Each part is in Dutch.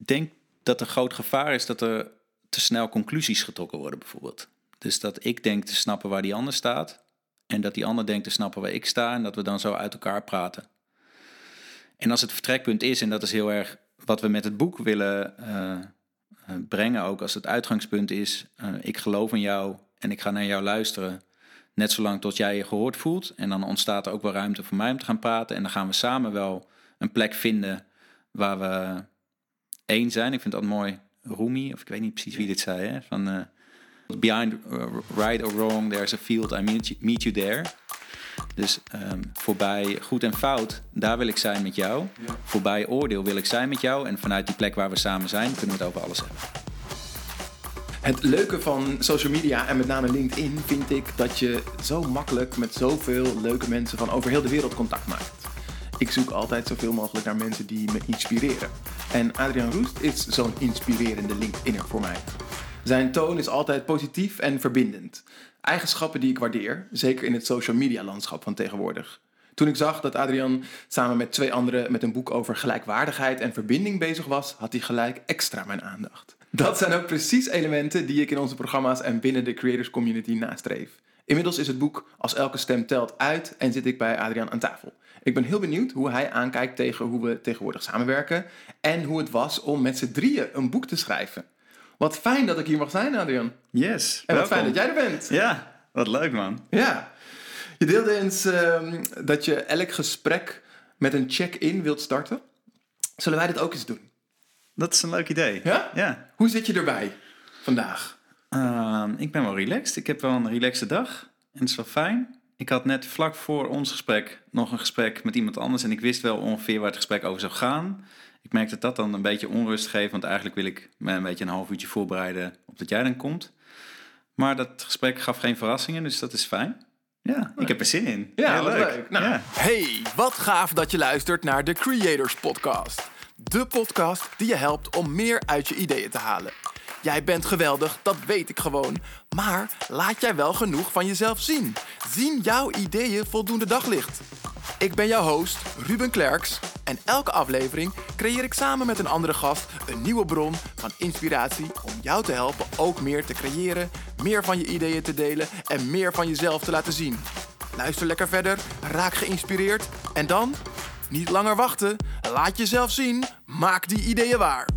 denk dat een groot gevaar is dat er te snel conclusies getrokken worden, bijvoorbeeld. Dus dat ik denk te snappen waar die ander staat. En dat die ander denkt te snappen waar ik sta. En dat we dan zo uit elkaar praten. En als het vertrekpunt is, en dat is heel erg wat we met het boek willen brengen, ook als het uitgangspunt is, ik geloof in jou en ik ga naar jou luisteren. Net zolang tot jij je gehoord voelt. En dan ontstaat er ook wel ruimte voor mij om te gaan praten. En dan gaan we samen wel een plek vinden waar we één zijn. Ik vind dat mooi. Rumi, of ik weet niet precies wie dit zei, hè? Van behind right or wrong, there's a field, I meet you there. Dus voorbij goed en fout, daar wil ik zijn met jou. Ja. Voorbij oordeel wil ik zijn met jou. En vanuit die plek waar we samen zijn, kunnen we het over alles hebben. Het leuke van social media en met name LinkedIn vind ik dat je zo makkelijk met zoveel leuke mensen van over heel de wereld contact maakt. Ik zoek altijd zoveel mogelijk naar mensen die me inspireren. En Adriaan Roest is zo'n inspirerende LinkedInner voor mij. Zijn toon is altijd positief en verbindend. Eigenschappen die ik waardeer, zeker in het social media landschap van tegenwoordig. Toen ik zag dat Adriaan samen met 2 anderen met een boek over gelijkwaardigheid en verbinding bezig was, had hij gelijk extra mijn aandacht. Dat zijn ook precies elementen die ik in onze programma's en binnen de creators community nastreef. Inmiddels is het boek Als elke stem telt uit en zit ik bij Adriaan aan tafel. Ik ben heel benieuwd hoe hij aankijkt tegen hoe we tegenwoordig samenwerken en hoe het was om met z'n drieën een boek te schrijven. Wat fijn dat ik hier mag zijn, Adriaan. Yes, en wat fijn dat jij er bent. Ja, wat leuk, man. Ja. Je deelde eens dat je elk gesprek met een check-in wilt starten. Zullen wij dit ook eens doen? Dat is een leuk idee. Ja? Ja. Hoe zit je erbij vandaag? Ik ben wel relaxed. Ik heb wel een relaxte dag. En het is wel fijn. Ik had net vlak voor ons gesprek nog een gesprek met iemand anders. En ik wist wel ongeveer waar het gesprek over zou gaan. Ik merk dat dat dan een beetje onrust geeft. Want eigenlijk wil ik me een beetje een half uurtje voorbereiden op dat jij dan komt. Maar dat gesprek gaf geen verrassingen. Dus dat is fijn. Ja, ik heb er zin in. Ja, heel leuk. Nou, ja. Hey, wat gaaf dat je luistert naar de Creators Podcast. De podcast die je helpt om meer uit je ideeën te halen. Jij bent geweldig, dat weet ik gewoon. Maar laat jij wel genoeg van jezelf zien? Zien jouw ideeën voldoende daglicht? Ik ben jouw host, Ruben Klerks. En elke aflevering creëer ik samen met een andere gast een nieuwe bron van inspiratie om jou te helpen ook meer te creëren, meer van je ideeën te delen en meer van jezelf te laten zien. Luister lekker verder, raak geïnspireerd en dan, niet langer wachten, laat jezelf zien, maak die ideeën waar.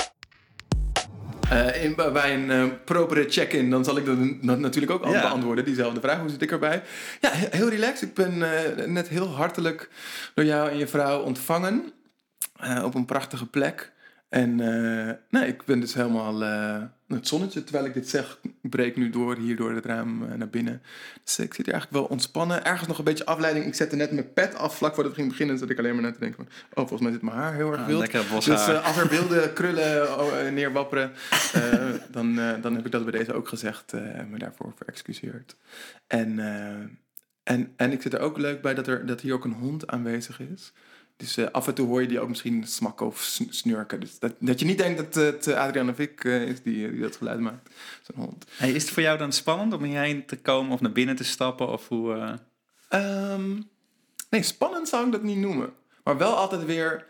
Bij een propere check-in, dan zal ik dat natuurlijk ook altijd beantwoorden, diezelfde vraag. Hoe zit ik erbij? Ja, heel relaxed. Ik ben net heel hartelijk door jou en je vrouw ontvangen op een prachtige plek. En ik ben dus helemaal het zonnetje, terwijl ik dit zeg, breekt nu hier door het raam naar binnen. Dus ik zit hier eigenlijk wel ontspannen. Ergens nog een beetje afleiding. Ik zette net mijn pet af, vlak voordat we gingen beginnen. Zat ik alleen maar net te denken van, volgens mij zit mijn haar heel erg wild. Lekker boshaar. Dus als er wilde krullen neerwapperen, dan heb ik dat bij deze ook gezegd. Me daarvoor verexcuseerd. En ik zit er ook leuk bij dat hier ook een hond aanwezig is. Dus af en toe hoor je die ook misschien smakken of snurken. Dus dat je niet denkt dat het Adriaan of ik is die dat geluid maakt. Zo'n hond. Hey, is het voor jou dan spannend om hierheen te komen of naar binnen te stappen? Of hoe? Nee, spannend zou ik dat niet noemen. Maar wel altijd weer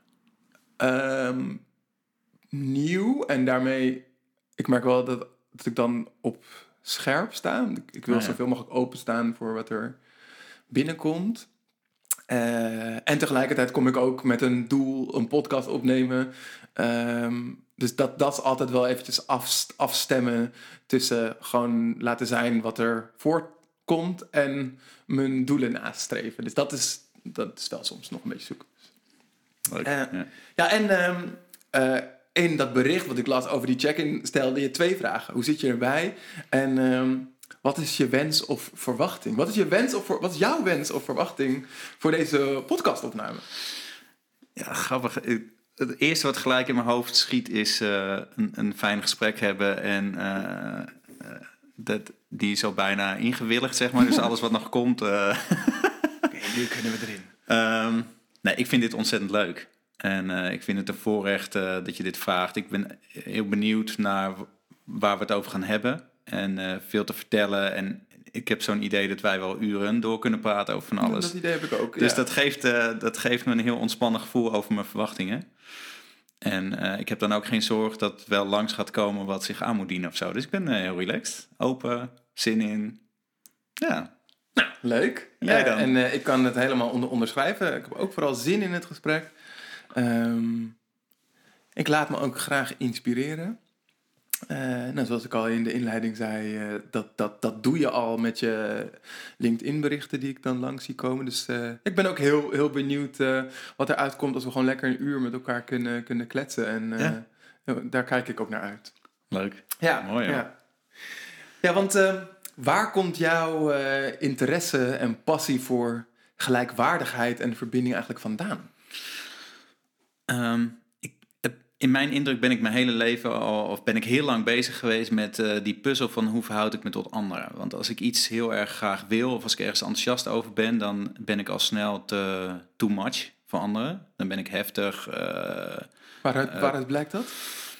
nieuw. En daarmee, ik merk wel dat ik dan op scherp sta. Ik wil zoveel mogelijk openstaan voor wat er binnenkomt. En tegelijkertijd kom ik ook met een doel, een podcast opnemen. Dus dat is altijd wel eventjes afstemmen tussen gewoon laten zijn wat er voortkomt en mijn doelen nastreven. Dus dat is wel soms nog een beetje zoeken. In dat bericht wat ik las over die check-in stelde je 2 vragen. Hoe zit je erbij? En wat is je wens of verwachting? Wat is jouw wens of verwachting voor deze podcastopname? Ja, grappig. Het eerste wat gelijk in mijn hoofd schiet is een fijn gesprek hebben. En die is al bijna ingewilligd, zeg maar. Dus alles wat nog komt. Okay, nu kunnen we erin. Nee, ik vind dit ontzettend leuk. En ik vind het een voorrecht dat je dit vraagt. Ik ben heel benieuwd naar waar we het over gaan hebben. En veel te vertellen. En ik heb zo'n idee dat wij wel uren door kunnen praten over van alles. Dat idee heb ik ook. Dus dat geeft me een heel ontspannen gevoel over mijn verwachtingen. En ik heb dan ook geen zorg dat het wel langs gaat komen wat zich aan moet dienen of zo. Dus ik ben heel relaxed, open, zin in. Ja. Nou, leuk. Jij dan? En ik kan het helemaal onderschrijven. Ik heb ook vooral zin in het gesprek. Ik laat me ook graag inspireren. Nou, zoals ik al in de inleiding zei, dat doe je al met je LinkedIn-berichten die ik dan langs zie komen. Dus ik ben ook heel, heel benieuwd wat eruit komt als we gewoon lekker een uur met elkaar kunnen kletsen. En daar kijk ik ook naar uit. Leuk. Ja, mooi hoor. Ja, want waar komt jouw interesse en passie voor gelijkwaardigheid en verbinding eigenlijk vandaan? In mijn indruk ben ik mijn hele leven of ben ik heel lang bezig geweest met die puzzel van hoe verhoud ik me tot anderen. Want als ik iets heel erg graag wil of als ik ergens enthousiast over ben, dan ben ik al snel too much voor anderen. Dan ben ik heftig. Waaruit blijkt dat?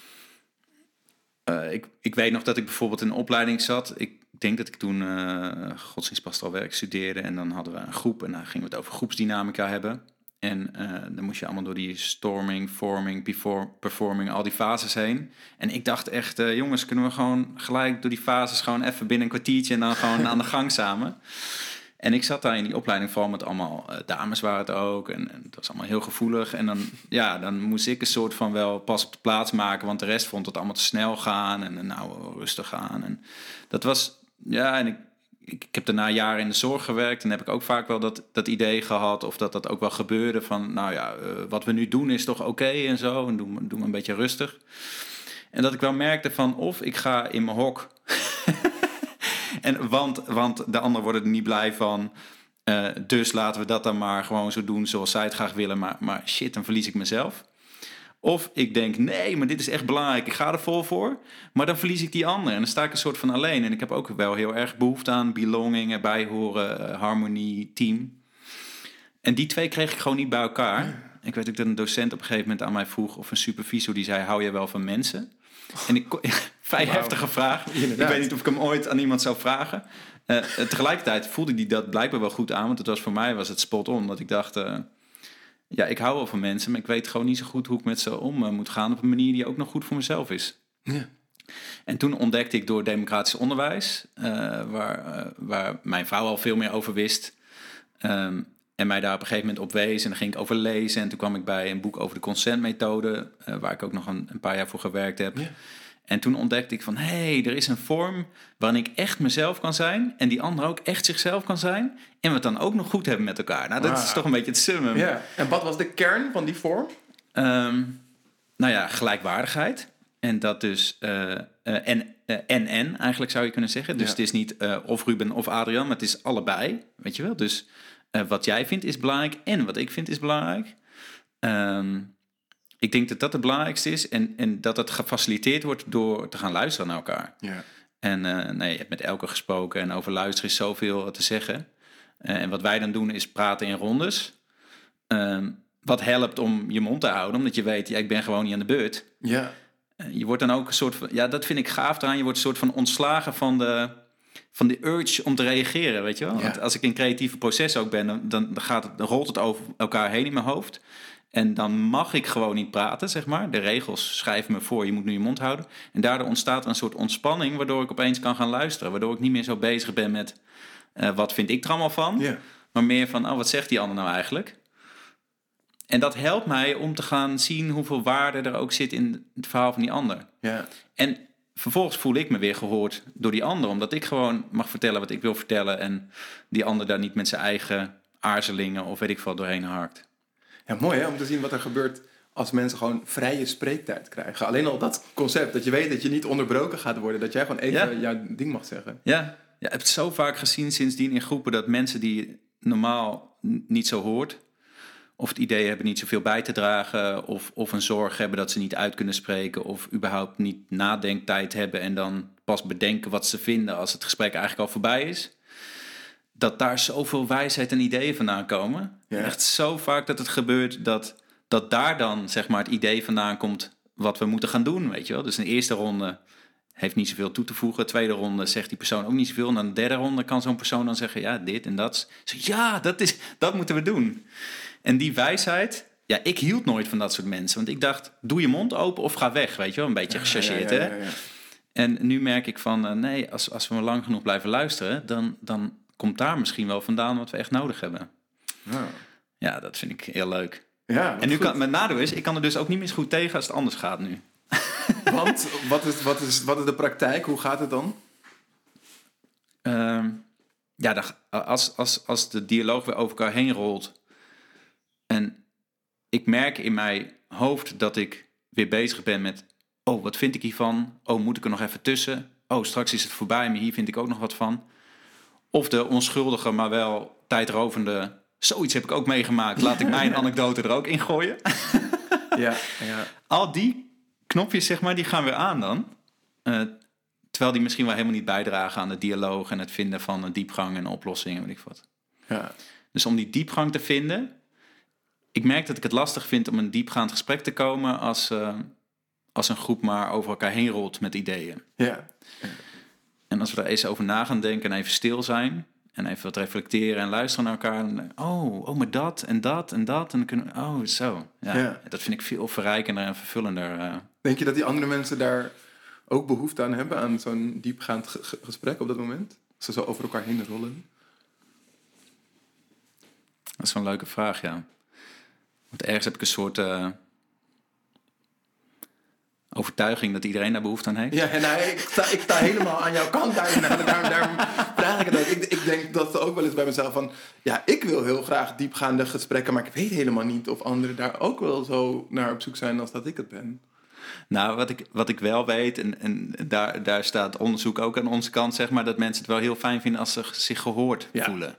Ik weet nog dat ik bijvoorbeeld in een opleiding zat. Ik denk dat ik toen godsdienstpastoraal werk studeerde en dan hadden we een groep en dan gingen we het over groepsdynamica hebben. En dan moest je allemaal door die storming, forming, performing, al die fases heen. En ik dacht echt, jongens, kunnen we gewoon gelijk door die fases gewoon even binnen een kwartiertje en dan gewoon aan de gang samen. En ik zat daar in die opleiding vooral met allemaal dames waren het ook. En het was allemaal heel gevoelig. En dan moest ik een soort van wel pas op de plaats maken. Want de rest vond het allemaal te snel gaan. En nou, rustig gaan. En dat was, ja, en ik heb daarna jaren in de zorg gewerkt. En heb ik ook vaak wel dat idee gehad. Of dat ook wel gebeurde van, nou ja, wat we nu doen is toch oké en zo. En doen we een beetje rustig. En dat ik wel merkte van, of ik ga in mijn hok. Want de ander wordt er niet blij van. Dus laten we dat dan maar gewoon zo doen zoals zij het graag willen. Maar shit, dan verlies ik mezelf. Of ik denk, nee, maar dit is echt belangrijk. Ik ga er vol voor. Maar dan verlies ik die ander. En dan sta ik een soort van alleen. En ik heb ook wel heel erg behoefte aan belonging, erbij horen, harmonie, team. En die twee kreeg ik gewoon niet bij elkaar. Ik weet ook dat een docent op een gegeven moment aan mij vroeg, of een supervisor die zei, hou je wel van mensen? En vrij heftige vraag. Inderdaad. Ik weet niet of ik hem ooit aan iemand zou vragen. Tegelijkertijd voelde ik dat blijkbaar wel goed aan. Want voor mij was het spot on. Dat ik dacht, ja, ik hou wel van mensen. Maar ik weet gewoon niet zo goed hoe ik met ze om moet gaan. Op een manier die ook nog goed voor mezelf is. Ja. En toen ontdekte ik door democratisch onderwijs. Waar mijn vrouw al veel meer over wist. En mij daar op een gegeven moment op wees. En dan ging ik over lezen. En toen kwam ik bij een boek over de consentmethode. Waar ik ook nog een paar jaar voor gewerkt heb. Ja. En toen ontdekte ik van, hé, er is een vorm waarin ik echt mezelf kan zijn. En die ander ook echt zichzelf kan zijn. En we het dan ook nog goed hebben met elkaar. Nou, dat is toch een beetje het summum. Ja. En wat was de kern van die vorm? Nou ja, gelijkwaardigheid. En dat dus en eigenlijk zou je kunnen zeggen. Dus het is niet of Ruben of Adrian, maar het is allebei. Weet je wel? Dus wat jij vindt is belangrijk en wat ik vind is belangrijk. Ik denk dat dat het belangrijkste is. En dat het gefaciliteerd wordt door te gaan luisteren naar elkaar. Ja. En je hebt met Elke gesproken. En over luisteren is zoveel te zeggen. En wat wij dan doen is praten in rondes. Wat helpt om je mond te houden. Omdat je weet, ik ben gewoon niet aan de beurt. Ja. Je wordt dan ook een soort van, dat vind ik gaaf eraan. Je wordt een soort van ontslagen van de urge om te reageren, weet je wel. Ja. Want als ik in creatieve processen ook ben, dan rolt het over elkaar heen in mijn hoofd. En dan mag ik gewoon niet praten, zeg maar. De regels schrijven me voor, je moet nu je mond houden. En daardoor ontstaat er een soort ontspanning, waardoor ik opeens kan gaan luisteren. Waardoor ik niet meer zo bezig ben met, wat vind ik er allemaal van? Yeah. Maar meer van, wat zegt die ander nou eigenlijk? En dat helpt mij om te gaan zien hoeveel waarde er ook zit in het verhaal van die ander. Yeah. En vervolgens voel ik me weer gehoord door die ander. Omdat ik gewoon mag vertellen wat ik wil vertellen. En die ander daar niet met zijn eigen aarzelingen of weet ik veel doorheen harkt. Ja, mooi hè, om te zien wat er gebeurt als mensen gewoon vrije spreektijd krijgen. Alleen al dat concept, dat je weet dat je niet onderbroken gaat worden. Dat jij gewoon even jouw ding mag zeggen. Ja, ik heb het zo vaak gezien sindsdien in groepen dat mensen die normaal niet zo hoort, of het idee hebben niet zoveel bij te dragen, of een zorg hebben dat ze niet uit kunnen spreken, of überhaupt niet nadenktijd hebben en dan pas bedenken wat ze vinden als het gesprek eigenlijk al voorbij is. Dat daar zoveel wijsheid en ideeën vandaan komen. Ja. Echt zo vaak dat het gebeurt dat daar dan zeg maar het idee vandaan komt wat we moeten gaan doen, weet je wel. Dus in de eerste ronde heeft niet zoveel toe te voegen. De tweede ronde zegt die persoon ook niet zoveel. En dan de derde ronde kan zo'n persoon dan zeggen, ja, dit en dat. Ja, dat moeten we doen. En die wijsheid, ja, ik hield nooit van dat soort mensen. Want ik dacht, doe je mond open of ga weg, weet je wel. Een beetje gechargeerd, hè. Ja. En nu merk ik van, nee, als we maar lang genoeg blijven luisteren... dan komt daar misschien wel vandaan wat we echt nodig hebben. Ja, dat vind ik heel leuk. Ja, en nu mijn nadeel is, ik kan er dus ook niet meer zo goed tegen als het anders gaat nu. Want, wat is de praktijk? Hoe gaat het dan? Als de dialoog weer over elkaar heen rolt... en ik merk in mijn hoofd dat ik weer bezig ben met... oh, wat vind ik hiervan? Oh, moet ik er nog even tussen? Oh, straks is het voorbij, maar hier vind ik ook nog wat van. Of de onschuldige, maar wel tijdrovende... zoiets heb ik ook meegemaakt, laat ik mijn anekdote er ook in gooien. Ja. Al die knopjes, zeg maar, die gaan weer aan dan. Terwijl die misschien wel helemaal niet bijdragen aan de dialoog... en het vinden van een diepgang en oplossingen, weet ik wat. Ja. Dus om die diepgang te vinden... ik merk dat ik het lastig vind om een diepgaand gesprek te komen... als een groep maar over elkaar heen rolt met ideeën. Ja. En als we daar eens over na gaan denken en even stil zijn... en even wat reflecteren en luisteren naar elkaar... dan maar dat en dat en dat. En dan kunnen we, zo. Ja. Dat vind ik veel verrijkender en vervullender. Denk je dat die andere mensen daar ook behoefte aan hebben... aan zo'n diepgaand gesprek op dat moment? Als ze zo over elkaar heen rollen? Dat is wel een leuke vraag, ja. Want ergens heb ik een soort... overtuiging dat iedereen daar behoefte aan heeft. Ja, ik sta helemaal aan jouw kant. Daarom vraag ik het ook. Ik denk dat ook wel eens bij mezelf van... ja, ik wil heel graag diepgaande gesprekken... maar ik weet helemaal niet of anderen daar ook wel zo naar op zoek zijn... als dat ik het ben. Nou, wat ik wel weet... en daar staat onderzoek ook aan onze kant... zeg maar, dat mensen het wel heel fijn vinden... als ze zich gehoord voelen.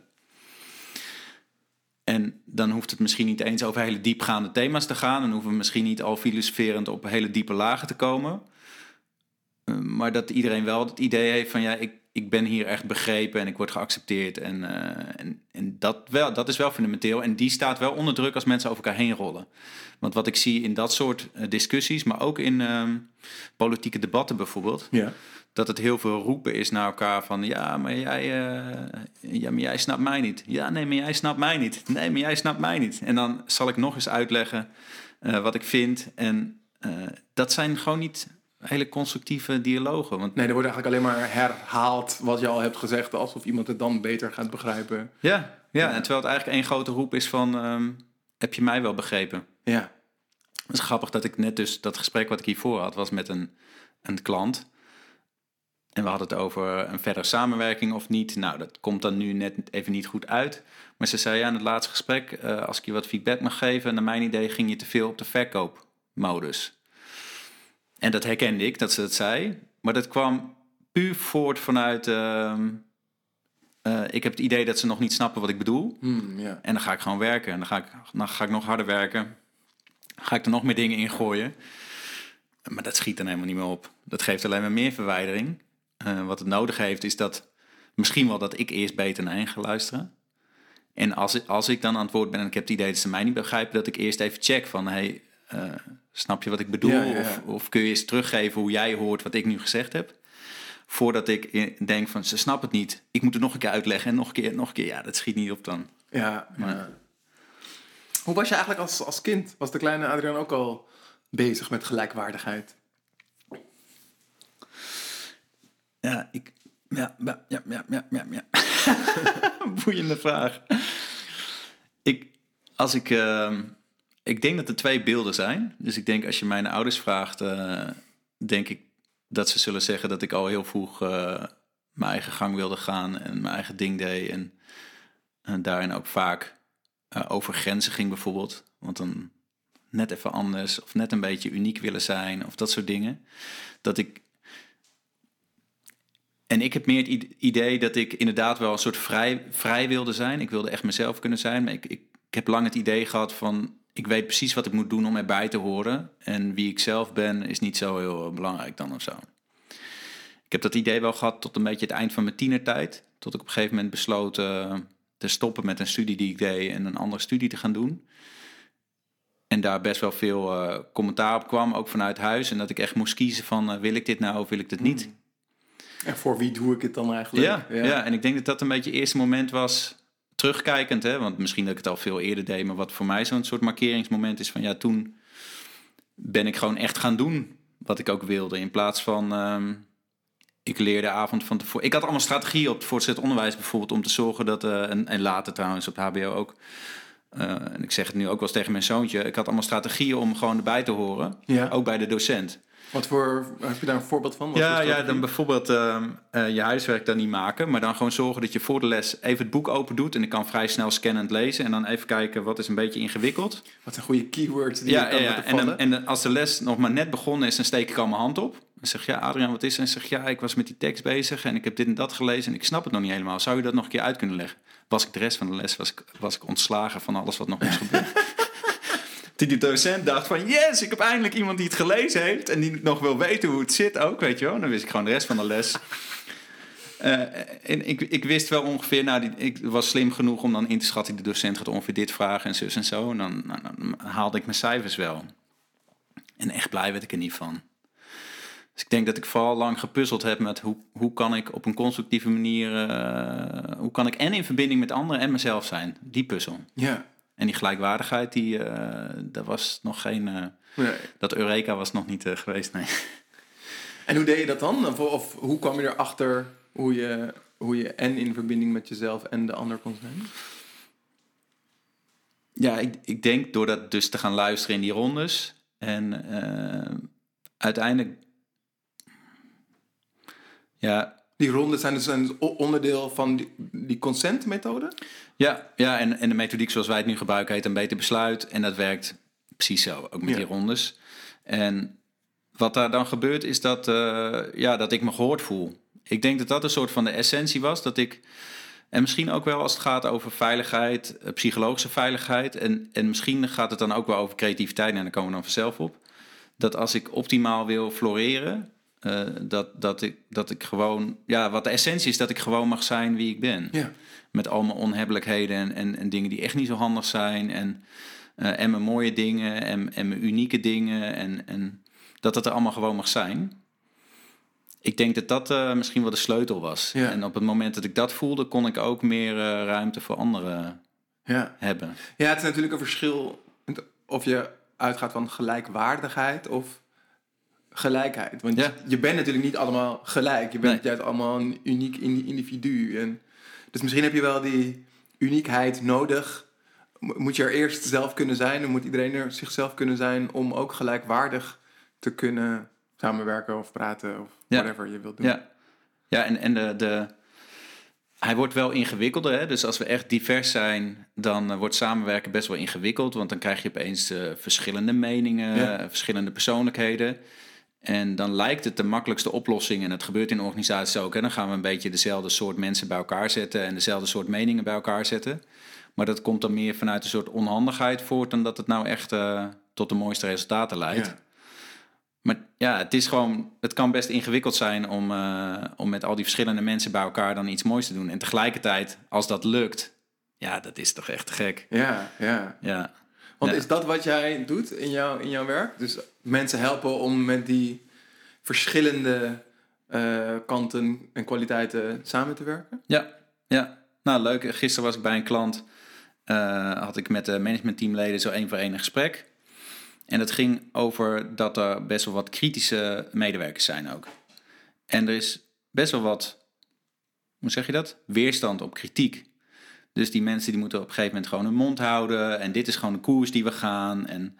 En dan hoeft het misschien niet eens over hele diepgaande thema's te gaan. Dan hoeven we misschien niet al filosoferend op hele diepe lagen te komen. Maar dat iedereen wel het idee heeft van... ja, ik ben hier echt begrepen en ik word geaccepteerd. En dat is wel fundamenteel. En die staat wel onder druk als mensen over elkaar heen rollen. Want wat ik zie in dat soort discussies... maar ook in politieke debatten bijvoorbeeld... Ja. Dat het heel veel roepen is naar elkaar van... ja, maar jij snapt mij niet. Ja, nee, maar jij snapt mij niet. Nee, maar jij snapt mij niet. En dan zal ik nog eens uitleggen wat ik vind. En dat zijn gewoon niet hele constructieve dialogen. Want... Nee, er wordt eigenlijk alleen maar herhaald wat je al hebt gezegd... alsof iemand het dan beter gaat begrijpen. Ja. En terwijl het eigenlijk één grote roep is van... heb je mij wel begrepen? Ja. Het is grappig dat ik net dus... dat gesprek wat ik hiervoor had... was met een klant... En we hadden het over een verdere samenwerking of niet. Nou, dat komt dan nu net even niet goed uit. Maar ze zei, ja, in het laatste gesprek... als ik je wat feedback mag geven... naar mijn idee ging je te veel op de verkoopmodus. En dat herkende ik, dat ze dat zei. Maar dat kwam puur voort vanuit... ik heb het idee dat ze nog niet snappen wat ik bedoel. Ja. En dan ga ik gewoon werken. En dan ga ik nog harder werken. Ga ik er nog meer dingen in gooien. Maar dat schiet dan helemaal niet meer op. Dat geeft alleen maar meer verwijdering... wat het nodig heeft is dat... misschien wel dat ik eerst beter naar hen ga luisteren. En als ik dan aan het woord ben... en ik heb het idee dat ze mij niet begrijpen... dat ik eerst even check van... snap je wat ik bedoel? Ja. Of kun je eens teruggeven hoe jij hoort... wat ik nu gezegd heb? Voordat ik denk van... ze snappen het niet. Ik moet het nog een keer uitleggen. En nog een keer. Ja, dat schiet niet op dan. Ja. Hoe was je eigenlijk als kind? Was de kleine Adriaan ook al bezig met gelijkwaardigheid? Ja. Boeiende vraag. Ik denk dat er twee beelden zijn. Dus ik denk als je mijn ouders vraagt... denk ik dat ze zullen zeggen dat ik al heel vroeg... mijn eigen gang wilde gaan en mijn eigen ding deed. En daarin ook vaak over grenzen ging bijvoorbeeld. Want dan net even anders of net een beetje uniek willen zijn... of dat soort dingen. En ik heb meer het idee dat ik inderdaad wel een soort vrij wilde zijn. Ik wilde echt mezelf kunnen zijn. Maar ik heb lang het idee gehad van... ik weet precies wat ik moet doen om erbij te horen. En wie ik zelf ben is niet zo heel belangrijk dan of zo. Ik heb dat idee wel gehad tot een beetje het eind van mijn tienertijd. Tot ik op een gegeven moment besloot te stoppen met een studie die ik deed... en een andere studie te gaan doen. En daar best wel veel commentaar op kwam, ook vanuit huis. En dat ik echt moest kiezen van wil ik dit nou of wil ik dit niet... En voor wie doe ik het dan eigenlijk? Ja, en ik denk dat dat een beetje het eerste moment was... terugkijkend, hè, want misschien dat ik het al veel eerder deed, maar wat voor mij zo'n soort markeringsmoment is van ja, toen ben ik gewoon echt gaan doen wat ik ook wilde. In plaats van, ik leerde de avond van tevoren. Ik had allemaal strategieën op het voortgezet onderwijs bijvoorbeeld om te zorgen dat, en later trouwens op het HBO ook, en ik zeg het nu ook wel eens tegen mijn zoontje, ik had allemaal strategieën om gewoon erbij te horen, ook bij de docent. Wat voor, heb je daar een voorbeeld van? Ja, dan bijvoorbeeld je huiswerk dan niet maken, maar dan gewoon zorgen dat je voor de les even het boek open doet en ik kan vrij snel scannend lezen en dan even kijken wat is een beetje ingewikkeld. Wat zijn goede keywords die je kan laten vallen. En als de les nog maar net begonnen is, dan steek ik al mijn hand op. Dan zeg je, ja, Adriaan, wat is er? En zeg ja, ik was met die tekst bezig en ik heb dit en dat gelezen en ik snap het nog niet helemaal. Zou je dat nog een keer uit kunnen leggen? Was ik de rest van de les was ik ontslagen van alles wat nog moest gebeuren. Die docent dacht van, yes, ik heb eindelijk iemand die het gelezen heeft en die nog wil weten hoe het zit ook, weet je wel. Dan wist ik gewoon de rest van de les. En ik wist wel ongeveer, ik was slim genoeg om dan in te schatten, de docent gaat ongeveer dit vragen en zus en zo. En dan haalde ik mijn cijfers wel. En echt blij werd ik er niet van. Dus ik denk dat ik vooral lang gepuzzeld heb met hoe kan ik op een constructieve manier, hoe kan ik en in verbinding met anderen en mezelf zijn. Die puzzel. Ja. En die gelijkwaardigheid, dat was nog geen... Nee. Dat Eureka was nog niet geweest, nee. En hoe deed je dat dan? Of hoe kwam je erachter hoe je en in verbinding met jezelf en de ander kon zijn? Ja, ik denk door dat dus te gaan luisteren in die rondes. En uiteindelijk... Ja... Die rondes zijn dus een onderdeel van die consentmethode? Ja, en de methodiek zoals wij het nu gebruiken heet een beter besluit. En dat werkt precies zo, ook met die rondes. En wat daar dan gebeurt is dat ik me gehoord voel. Ik denk dat dat een soort van de essentie was. Dat ik, en misschien ook wel als het gaat over veiligheid, psychologische veiligheid. En misschien gaat het dan ook wel over creativiteit. En daar komen we dan vanzelf op. Dat als ik optimaal wil floreren... dat ik gewoon... Ja, wat de essentie is, dat ik gewoon mag zijn wie ik ben. Ja. Met al mijn onhebbelijkheden en dingen die echt niet zo handig zijn. En mijn mooie dingen en mijn unieke dingen. En dat er allemaal gewoon mag zijn. Ik denk dat misschien wel de sleutel was. Ja. En op het moment dat ik dat voelde, kon ik ook meer ruimte voor anderen hebben. Ja, het is natuurlijk een verschil of je uitgaat van gelijkwaardigheid of gelijkheid. Want je bent natuurlijk niet allemaal gelijk. Je bent juist allemaal een uniek individu. Dus misschien heb je wel die uniekheid nodig. Moet je er eerst zelf kunnen zijn. Dan moet iedereen er zichzelf kunnen zijn om ook gelijkwaardig te kunnen samenwerken of praten of whatever je wilt doen. Ja, en hij wordt wel ingewikkelder. Hè? Dus als we echt divers zijn, dan wordt samenwerken best wel ingewikkeld. Want dan krijg je opeens verschillende meningen, verschillende persoonlijkheden. En dan lijkt het de makkelijkste oplossing, en het gebeurt in organisaties ook. En dan gaan we een beetje dezelfde soort mensen bij elkaar zetten en dezelfde soort meningen bij elkaar zetten. Maar dat komt dan meer vanuit een soort onhandigheid voort dan dat het nou echt tot de mooiste resultaten leidt. Ja. Maar ja, het kan best ingewikkeld zijn om met al die verschillende mensen bij elkaar dan iets moois te doen. En tegelijkertijd, als dat lukt, ja, dat is toch echt te gek. Ja. Want is dat wat jij doet in jouw werk? Dus mensen helpen om met die verschillende kanten en kwaliteiten samen te werken? Ja. Nou, leuk. Gisteren was ik bij een klant. Had ik met de managementteamleden zo 1 voor 1 een gesprek. En het ging over dat er best wel wat kritische medewerkers zijn ook. En er is best wel wat, hoe zeg je dat? Weerstand op kritiek. Dus die mensen die moeten op een gegeven moment gewoon hun mond houden. En dit is gewoon de koers die we gaan. En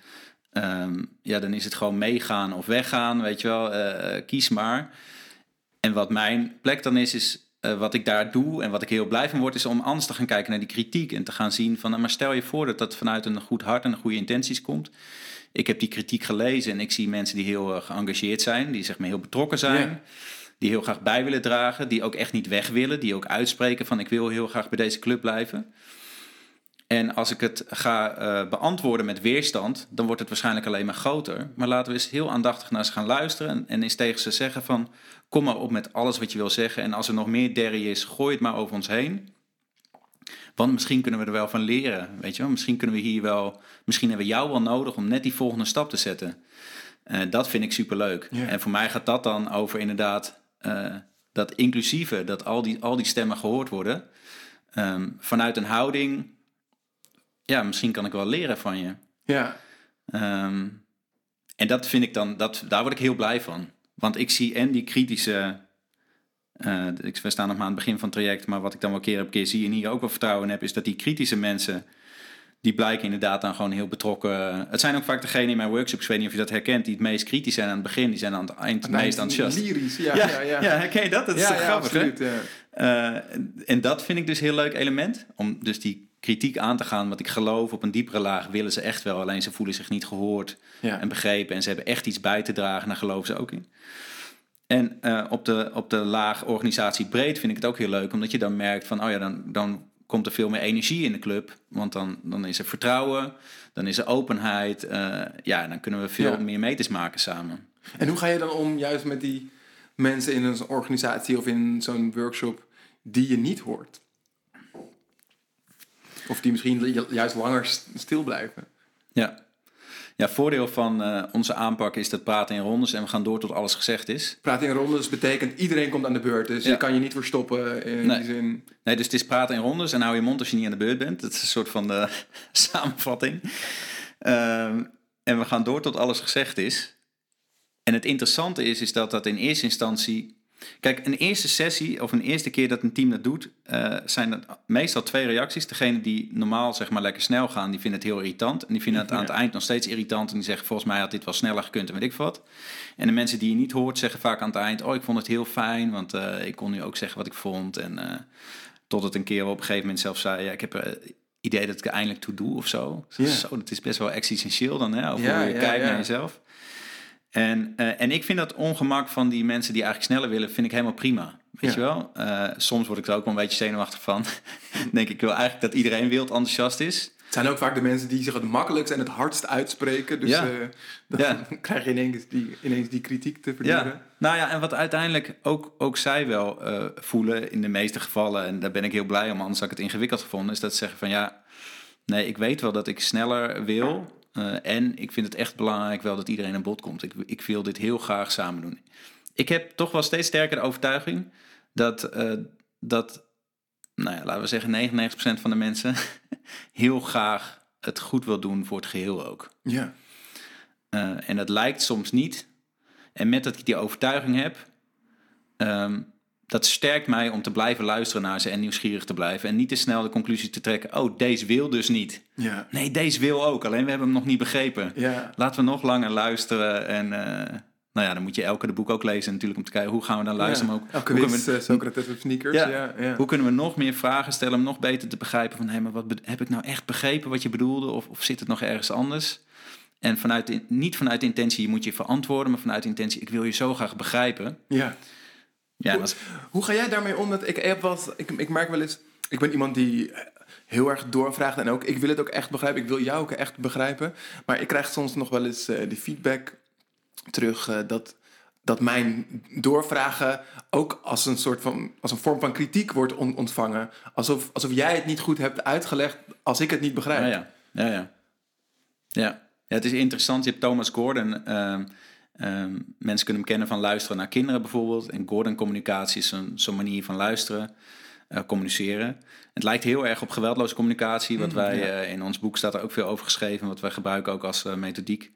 dan is het gewoon meegaan of weggaan, weet je wel. Kies maar. En wat mijn plek dan is wat ik daar doe en wat ik heel blij van word, is om anders te gaan kijken naar die kritiek. En te gaan zien van, maar stel je voor dat dat vanuit een goed hart en goede intenties komt. Ik heb die kritiek gelezen en ik zie mensen die heel geëngageerd zijn. Die zeg maar heel betrokken zijn. Yeah. Die heel graag bij willen dragen. Die ook echt niet weg willen. Die ook uitspreken van, ik wil heel graag bij deze club blijven. En als ik het ga beantwoorden met weerstand, dan wordt het waarschijnlijk alleen maar groter. Maar laten we eens heel aandachtig naar ze gaan luisteren. En eens tegen ze zeggen van, kom maar op met alles wat je wil zeggen. En als er nog meer derrie is, gooi het maar over ons heen. Want misschien kunnen we er wel van leren, weet je wel. Misschien hebben we jou wel nodig om net die volgende stap te zetten. Dat vind ik superleuk. Yeah. En voor mij gaat dat dan over inderdaad dat inclusieve, dat al die stemmen gehoord worden. Vanuit een houding, ja, misschien kan ik wel leren van je. Ja. En dat vind ik dan, daar word ik heel blij van. Want ik zie en die kritische... we staan nog maar aan het begin van het traject, maar wat ik dan wel keer op keer zie en hier ook wel vertrouwen in heb, is dat die kritische mensen, die blijken inderdaad dan gewoon heel betrokken. Het zijn ook vaak degenen in mijn workshops, ik weet niet of je dat herkent, die het meest kritisch zijn aan het begin, die zijn aan het eind het meest enthousiast. Lyrisch, ja, herken je dat? Dat is toch grappig, absoluut, hè? Ja. En dat vind ik dus een heel leuk element, om dus die kritiek aan te gaan, want ik geloof op een diepere laag willen ze echt wel, alleen ze voelen zich niet gehoord en begrepen en ze hebben echt iets bij te dragen, daar geloven ze ook in. En op de laag organisatie breed vind ik het ook heel leuk, omdat je dan merkt van, dan komt er veel meer energie in de club. Want dan is er vertrouwen, dan is er openheid. Dan kunnen we veel meer meters maken samen. En hoe ga je dan om juist met die mensen in een organisatie of in zo'n workshop die je niet hoort? Of die misschien juist langer stil blijven? Ja, voordeel van onze aanpak is dat praten in rondes en we gaan door tot alles gezegd is. Praten in rondes betekent iedereen komt aan de beurt, dus je kan je niet verstoppen in die zin. Nee, dus het is praten in rondes en hou je mond als je niet aan de beurt bent. Dat is een soort van de samenvatting. En we gaan door tot alles gezegd is. En het interessante is dat in eerste instantie... Kijk, een eerste sessie of een eerste keer dat een team dat doet, zijn er meestal 2 reacties. Degene die normaal zeg maar lekker snel gaan, die vinden het heel irritant. En die vinden het aan het eind nog steeds irritant. En die zeggen, volgens mij had dit wel sneller gekund en weet ik wat. En de mensen die je niet hoort, zeggen vaak aan het eind, ik vond het heel fijn, want ik kon nu ook zeggen wat ik vond. En tot het een keer op een gegeven moment zelf zei, ik heb het idee dat ik er eindelijk toe doe of zo. Zo, dat is best wel existentieel dan, hè, over hoe je kijkt naar jezelf. En ik vind dat ongemak van die mensen die eigenlijk sneller willen, vind ik helemaal prima. Weet je wel? Soms word ik er ook wel een beetje zenuwachtig van. Denk ik wil eigenlijk dat iedereen wild enthousiast is. Het zijn ook vaak de mensen die zich het makkelijkst en het hardst uitspreken. Dus dan krijg je ineens die kritiek te verduren. Ja. Nou ja, en wat uiteindelijk ook zij wel voelen in de meeste gevallen, en daar ben ik heel blij om, anders had ik het ingewikkeld gevonden, is dat ze zeggen van nee, ik weet wel dat ik sneller wil. En ik vind het echt belangrijk wel dat iedereen aan bod komt. Ik wil dit heel graag samen doen. Ik heb toch wel steeds sterker de overtuiging dat laten we zeggen 99% van de mensen heel graag het goed wil doen voor het geheel ook. Ja. En dat lijkt soms niet. En met dat ik die overtuiging heb, dat sterkt mij om te blijven luisteren naar ze en nieuwsgierig te blijven. En niet te snel de conclusie te trekken, deze wil dus niet. Ja. Nee, deze wil ook, alleen we hebben hem nog niet begrepen. Ja. Laten we nog langer luisteren. En dan moet je de boek ook lezen natuurlijk om te kijken, hoe gaan we dan luisteren. Maar ook, elke quiz, Socrates op sneakers. Ja. Hoe kunnen we nog meer vragen stellen om nog beter te begrijpen van, maar heb ik nou echt begrepen wat je bedoelde? Of zit het nog ergens anders? En niet vanuit de intentie, je moet je verantwoorden, maar vanuit de intentie, ik wil je zo graag begrijpen. Ja. Hoe ga jij daarmee om? Ik merk wel eens, ik ben iemand die heel erg doorvraagt en ook, ik wil het ook echt begrijpen, ik wil jou ook echt begrijpen. Maar ik krijg soms nog wel eens de feedback terug dat mijn doorvragen ook als een vorm van kritiek wordt ontvangen. Alsof jij het niet goed hebt uitgelegd als ik het niet begrijp. Ja, het is interessant. Je hebt Thomas Gordon. Mensen kunnen hem kennen van luisteren naar kinderen bijvoorbeeld. En Gordon-communicatie is zo'n manier van luisteren, communiceren. Het lijkt heel erg op geweldloze communicatie. Wat wij in ons boek staat er ook veel over geschreven. Wat wij gebruiken ook als methodiek.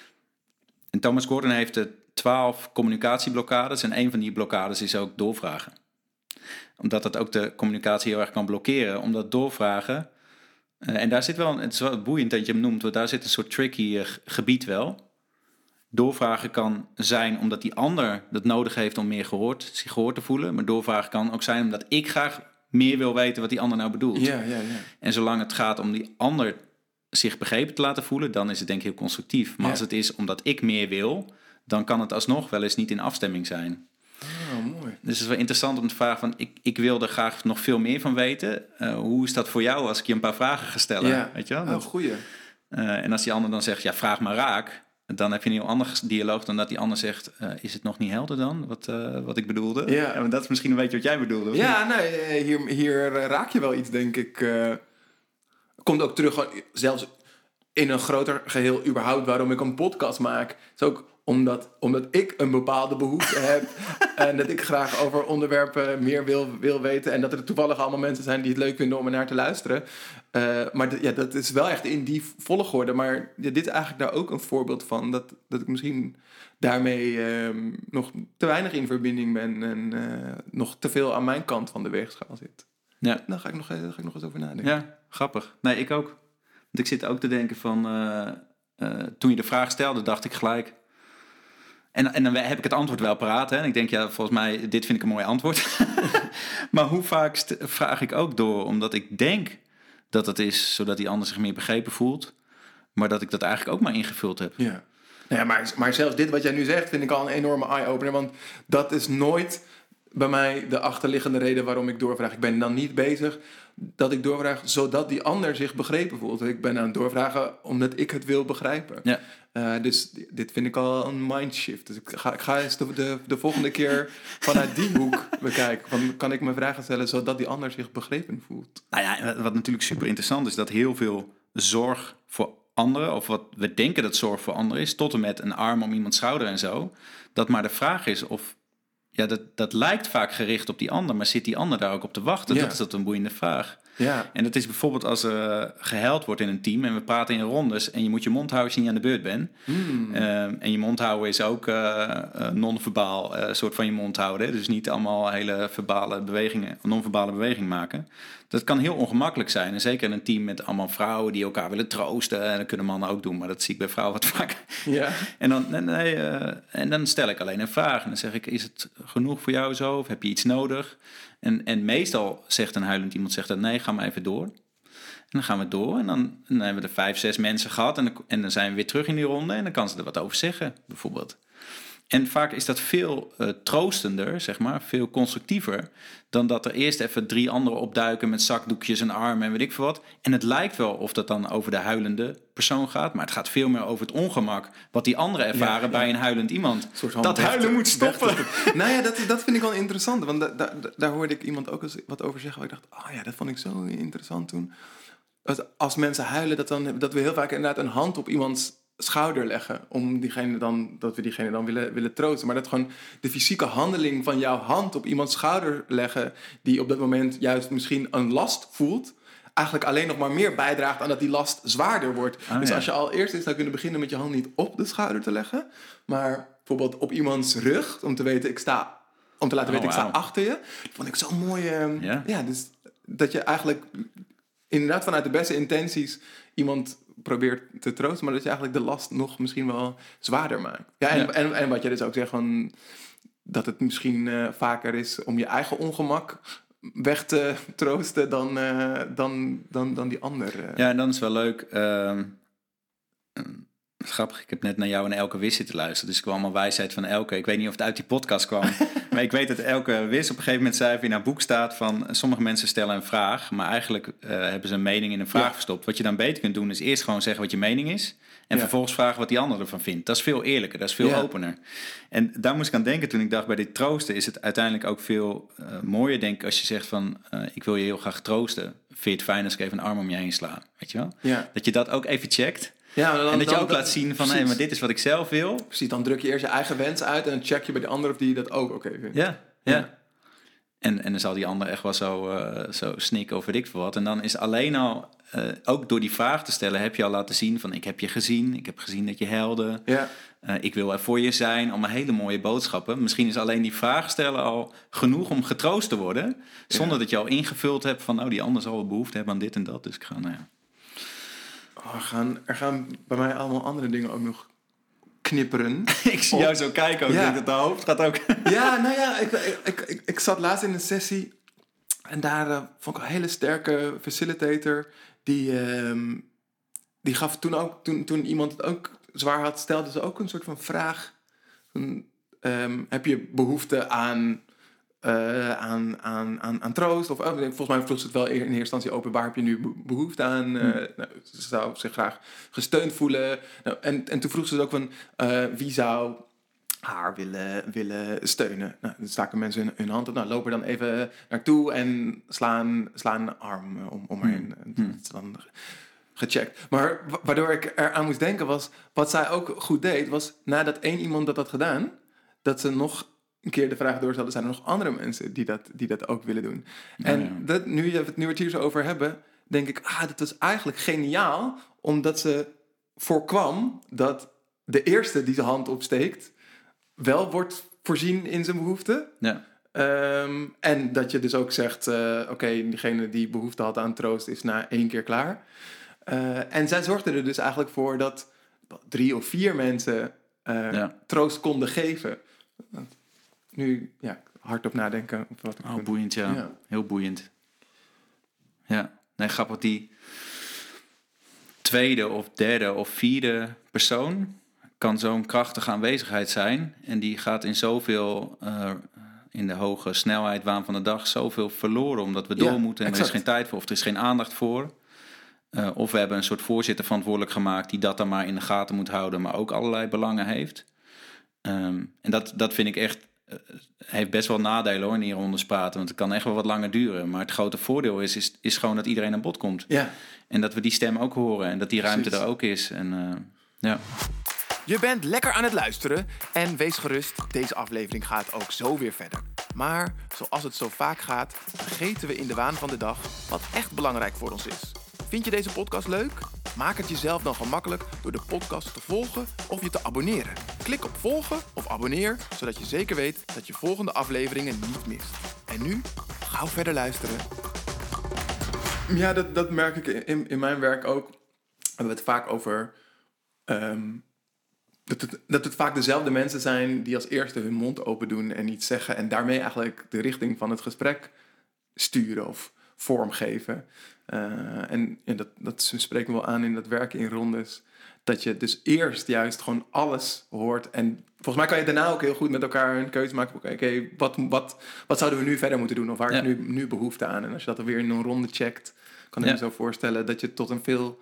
En Thomas Gordon heeft 12 communicatieblokkades. En een van die blokkades is ook doorvragen. Omdat dat ook de communicatie heel erg kan blokkeren. Omdat doorvragen... en daar zit het is wel boeiend dat je hem noemt, want daar zit een soort tricky gebied wel. Doorvragen kan zijn omdat die ander dat nodig heeft om meer zich gehoord te voelen. Maar doorvragen kan ook zijn omdat ik graag meer wil weten wat die ander nou bedoelt. Ja. En zolang het gaat om die ander zich begrepen te laten voelen, dan is het denk ik heel constructief. Maar als het is omdat ik meer wil, dan kan het alsnog wel eens niet in afstemming zijn. Oh, mooi. Dus het is wel interessant om te vragen van, ik wil er graag nog veel meer van weten. Hoe is dat voor jou als ik je een paar vragen ga stellen? Ja. Weet je wel? Goeie. En als die ander dan zegt, vraag maar raak, dan heb je een heel ander dialoog dan dat die ander zegt, is het nog niet helder dan, wat ik bedoelde? Ja. Maar dat is misschien een beetje wat jij bedoelde. Nee, hier raak je wel iets, denk ik. Komt ook terug, zelfs in een groter geheel überhaupt waarom ik een podcast maak, is ook omdat ik een bepaalde behoefte heb en dat ik graag over onderwerpen meer wil weten en dat er toevallig allemaal mensen zijn die het leuk vinden om er naar te luisteren. Maar dat is wel echt in die volgorde. Maar dit is eigenlijk daar ook een voorbeeld van dat ik misschien daarmee nog te weinig in verbinding ben en nog te veel aan mijn kant van de weegschaal zit. Ja. Daar ga ik nog eens over nadenken. Ja, grappig. Nee, ik ook. Want ik zit ook te denken van... toen je de vraag stelde, dacht ik gelijk... En dan heb ik het antwoord wel paraat. Hè? En ik denk, ja, volgens mij, dit vind ik een mooi antwoord. Maar hoe vaak vraag ik ook door? Omdat ik denk dat het is zodat die ander zich meer begrepen voelt. Maar dat ik dat eigenlijk ook maar ingevuld heb. Ja. Nou ja, maar zelfs dit wat jij nu zegt vind ik al een enorme eye-opener. Want dat is nooit bij mij de achterliggende reden waarom ik doorvraag. Ik ben dan niet bezig dat ik doorvraag zodat die ander zich begrepen voelt. Ik ben aan het doorvragen omdat ik het wil begrijpen. Ja. Dus dit vind ik al een mindshift. Dus ik ga eens de volgende keer vanuit die hoek bekijken. Kan ik me vragen stellen zodat die ander zich begrepen voelt? Nou ja, wat natuurlijk super interessant is, dat heel veel zorg voor anderen, of wat we denken dat zorg voor anderen is, tot en met een arm om iemands schouder en zo, dat maar de vraag is of... Ja, dat lijkt vaak gericht op die ander, maar zit die ander daar ook op te wachten? Ja. Dat is een boeiende vraag. Ja. En dat is bijvoorbeeld als er gehuild wordt in een team en we praten in rondes en je moet je mond houden als je niet aan de beurt bent. En je mond houden is ook non-verbaal soort van je mond houden. Hè? Dus niet allemaal hele verbale bewegingen, non-verbale beweging maken. Dat kan heel ongemakkelijk zijn. En zeker in een team met allemaal vrouwen die elkaar willen troosten. En dat kunnen mannen ook doen, maar dat zie ik bij vrouwen wat vaak. Ja. En dan stel ik alleen een vraag. En dan zeg ik, is het genoeg voor jou zo? Of heb je iets nodig? En meestal zegt een huilend iemand, zegt dan, nee, ga maar even door. En dan gaan we door. En dan hebben we er 5, 6 mensen gehad. En dan zijn we weer terug in die ronde. En dan kan ze er wat over zeggen, bijvoorbeeld. En vaak is dat veel troostender, zeg maar, veel constructiever, dan dat er eerst even 3 anderen opduiken met zakdoekjes en armen en weet ik veel wat. En het lijkt wel of dat dan over de huilende persoon gaat, maar het gaat veel meer over het ongemak wat die anderen ervaren bij een huilend iemand. Dat huilen moet stoppen. Nou ja, dat vind ik wel interessant, want daar hoorde ik iemand ook eens wat over zeggen, waar ik dacht, oh ja, dat vond ik zo interessant toen. Als mensen huilen, dat we heel vaak inderdaad een hand op iemands schouder leggen, dat we diegene dan willen troosten. Maar dat gewoon de fysieke handeling van jouw hand op iemands schouder leggen, die op dat moment juist misschien een last voelt, eigenlijk alleen nog maar meer bijdraagt aan dat die last zwaarder wordt. Dus als je al eerst eens zou kunnen beginnen met je hand niet op de schouder te leggen, maar bijvoorbeeld op iemands rug, om te laten weten, ik sta achter je. Dat vond ik zo mooi. Dus dat je eigenlijk inderdaad vanuit de beste intenties iemand probeert te troosten, maar dat je eigenlijk de last nog misschien wel zwaarder maakt. Ja, en wat je dus ook zegt, van dat het misschien vaker is om je eigen ongemak weg te troosten dan die ander. Ja, en dan is wel leuk. Grappig, ik heb net naar jou en Elke Wis zitten luisteren. Dus ik kwam allemaal wijsheid van Elke. Ik weet niet of het uit die podcast kwam. Maar ik weet dat Elke Wis op een gegeven moment zei, in haar boek staat van, sommige mensen stellen een vraag, maar eigenlijk hebben ze een mening in een vraag verstopt. Wat je dan beter kunt doen is eerst gewoon zeggen wat je mening is. En vervolgens vragen wat die ander ervan vindt. Dat is veel eerlijker, dat is veel opener. En daar moest ik aan denken toen ik dacht, bij dit troosten is het uiteindelijk ook veel mooier, denk ik, als je zegt van, ik wil je heel graag troosten. Vind je het fijn als ik even een arm om je heen sla? Weet je wel? Ja. Dat je dat ook even checkt. Ja, en dat je ook laat zien van, maar dit is wat ik zelf wil. Precies, dan druk je eerst je eigen wens uit en dan check je bij de ander of die dat ook oké vindt. Ja. En dan zal die ander echt wel zo snikken of weet ik veel wat. En dan is alleen al, ook door die vraag te stellen, heb je al laten zien van, ik heb je gezien. Ik heb gezien dat je huilde. Ja. Ik wil er voor je zijn. Allemaal hele mooie boodschappen. Misschien is alleen die vraag stellen al genoeg om getroost te worden. Zonder dat je al ingevuld hebt van, die ander zal wel behoefte hebben aan dit en dat. Dus ik ga, er gaan bij mij allemaal andere dingen ook nog knipperen. Ik zie jou zo kijken ook. Ik denk dat de hoofd gaat ook. Ik zat laatst in een sessie en daar vond ik een hele sterke facilitator die gaf toen iemand het ook zwaar had, stelde ze ook een soort van vraag. Heb je behoefte aan troost? Of volgens mij vroeg ze het wel in eerste instantie open. Waar heb je nu behoefte aan? Ze zou zich graag gesteund voelen. En toen vroeg ze het ook van, wie zou haar willen steunen? Dan staken mensen hun hand op. Lopen dan even naartoe en slaan een arm om haar heen. Dan gecheckt. Maar waardoor ik eraan moest denken was... wat zij ook goed deed, was nadat 1 iemand dat had gedaan... dat ze nog een keer de vraag doorstelde... zijn er nog andere mensen die dat ook willen doen? Ja, en ja. nu we het hier zo over hebben... denk ik, dat was eigenlijk geniaal... omdat ze voorkwam dat de eerste die zijn hand opsteekt... wel wordt voorzien in zijn behoeften... Ja. En dat je dus ook zegt... oké, diegene die behoefte had aan troost... is na 1 keer klaar. En zij zorgde er dus eigenlijk voor... dat 3 of 4 mensen troost konden geven. Nu, hardop nadenken. Wat ik Boeiend, ja. Heel boeiend. Ja, nee, grappig. Die tweede of derde of vierde persoon... kan zo'n krachtige aanwezigheid zijn. En die gaat in zoveel... in de hoge snelheid, waan van de dag... zoveel verloren, omdat we door moeten... en er is geen tijd voor, of er is geen aandacht voor. Of we hebben een soort voorzitter verantwoordelijk gemaakt... die dat dan maar in de gaten moet houden... maar ook allerlei belangen heeft. En dat vind ik echt... heeft best wel nadelen hoor, in die rondes praten... want het kan echt wel wat langer duren. Maar het grote voordeel is gewoon dat iedereen aan bod komt. Ja. En dat we die stem ook horen... en dat die ruimte er ook is. En, ja. Je bent lekker aan het luisteren en wees gerust, deze aflevering gaat ook zo weer verder. Maar zoals het zo vaak gaat, vergeten we in de waan van de dag wat echt belangrijk voor ons is. Vind je deze podcast leuk? Maak het jezelf dan gemakkelijk door de podcast te volgen of je te abonneren. Klik op volgen of abonneer, zodat je zeker weet dat je volgende afleveringen niet mist. En nu, gauw verder luisteren. Ja, dat merk ik in mijn werk ook. We hebben het vaak over... Dat het vaak dezelfde mensen zijn die als eerste hun mond open doen en iets zeggen. En daarmee eigenlijk de richting van het gesprek sturen of vormgeven. En dat spreekt me wel aan in dat werken in rondes. Dat je dus eerst juist gewoon alles hoort. En volgens mij kan je daarna ook heel goed met elkaar een keuze maken. Oké, wat zouden we nu verder moeten doen? Of waar is nu behoefte aan? En als je dat dan weer in een ronde checkt, kan ik me zo voorstellen dat je tot een veel...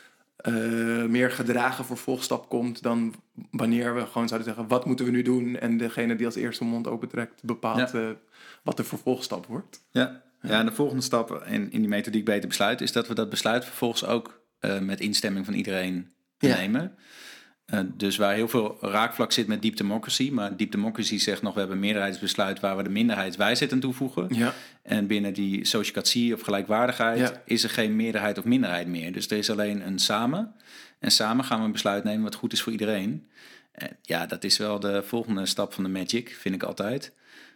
meer gedragen vervolgstap komt dan wanneer we gewoon zouden zeggen... wat moeten we nu doen? En degene die als eerste mond opentrekt bepaalt wat de vervolgstap wordt. Ja, en de volgende stap in die methodiek beter besluiten... is dat we dat besluit vervolgens ook met instemming van iedereen nemen. Dus waar heel veel raakvlak zit met deep democracy... maar deep democracy zegt nog... we hebben een meerderheidsbesluit waar we de minderheidswijsheid aan toevoegen. Ja. En binnen die sociocratie of gelijkwaardigheid... is er geen meerderheid of minderheid meer. Dus er is alleen een samen. En samen gaan we een besluit nemen wat goed is voor iedereen. En dat is wel de volgende stap van de magic, vind ik altijd.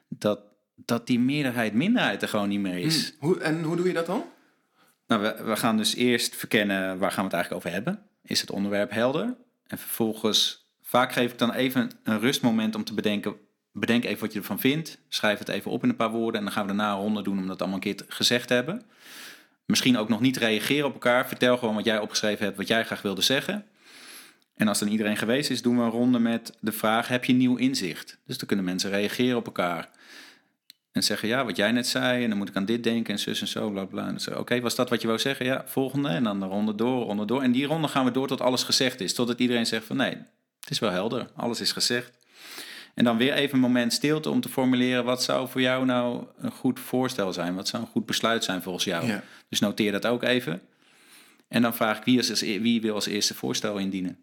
Dat die minderheid er gewoon niet meer is. Hoe doe je dat dan? Nou, we gaan dus eerst verkennen... waar gaan we het eigenlijk over hebben? Is het onderwerp helder? En vervolgens, vaak geef ik dan even een rustmoment om te bedenken... bedenk even wat je ervan vindt. Schrijf het even op in een paar woorden. En dan gaan we daarna een ronde doen om dat allemaal een keer gezegd te hebben. Misschien ook nog niet reageren op elkaar. Vertel gewoon wat jij opgeschreven hebt, wat jij graag wilde zeggen. En als dan iedereen geweest is, doen we een ronde met de vraag... heb je nieuw inzicht? Dus dan kunnen mensen reageren op elkaar. En zeggen, wat jij net zei, en dan moet ik aan dit denken... en zus en zo, bla bla. Oké, was dat wat je wou zeggen? Ja, volgende. En dan de ronde door. En die ronde gaan we door tot alles gezegd is. Totdat iedereen zegt van, nee, het is wel helder. Alles is gezegd. En dan weer even een moment stilte om te formuleren... wat zou voor jou nou een goed voorstel zijn? Wat zou een goed besluit zijn volgens jou? Ja. Dus noteer dat ook even. En dan vraag ik, wie wil als eerste voorstel indienen?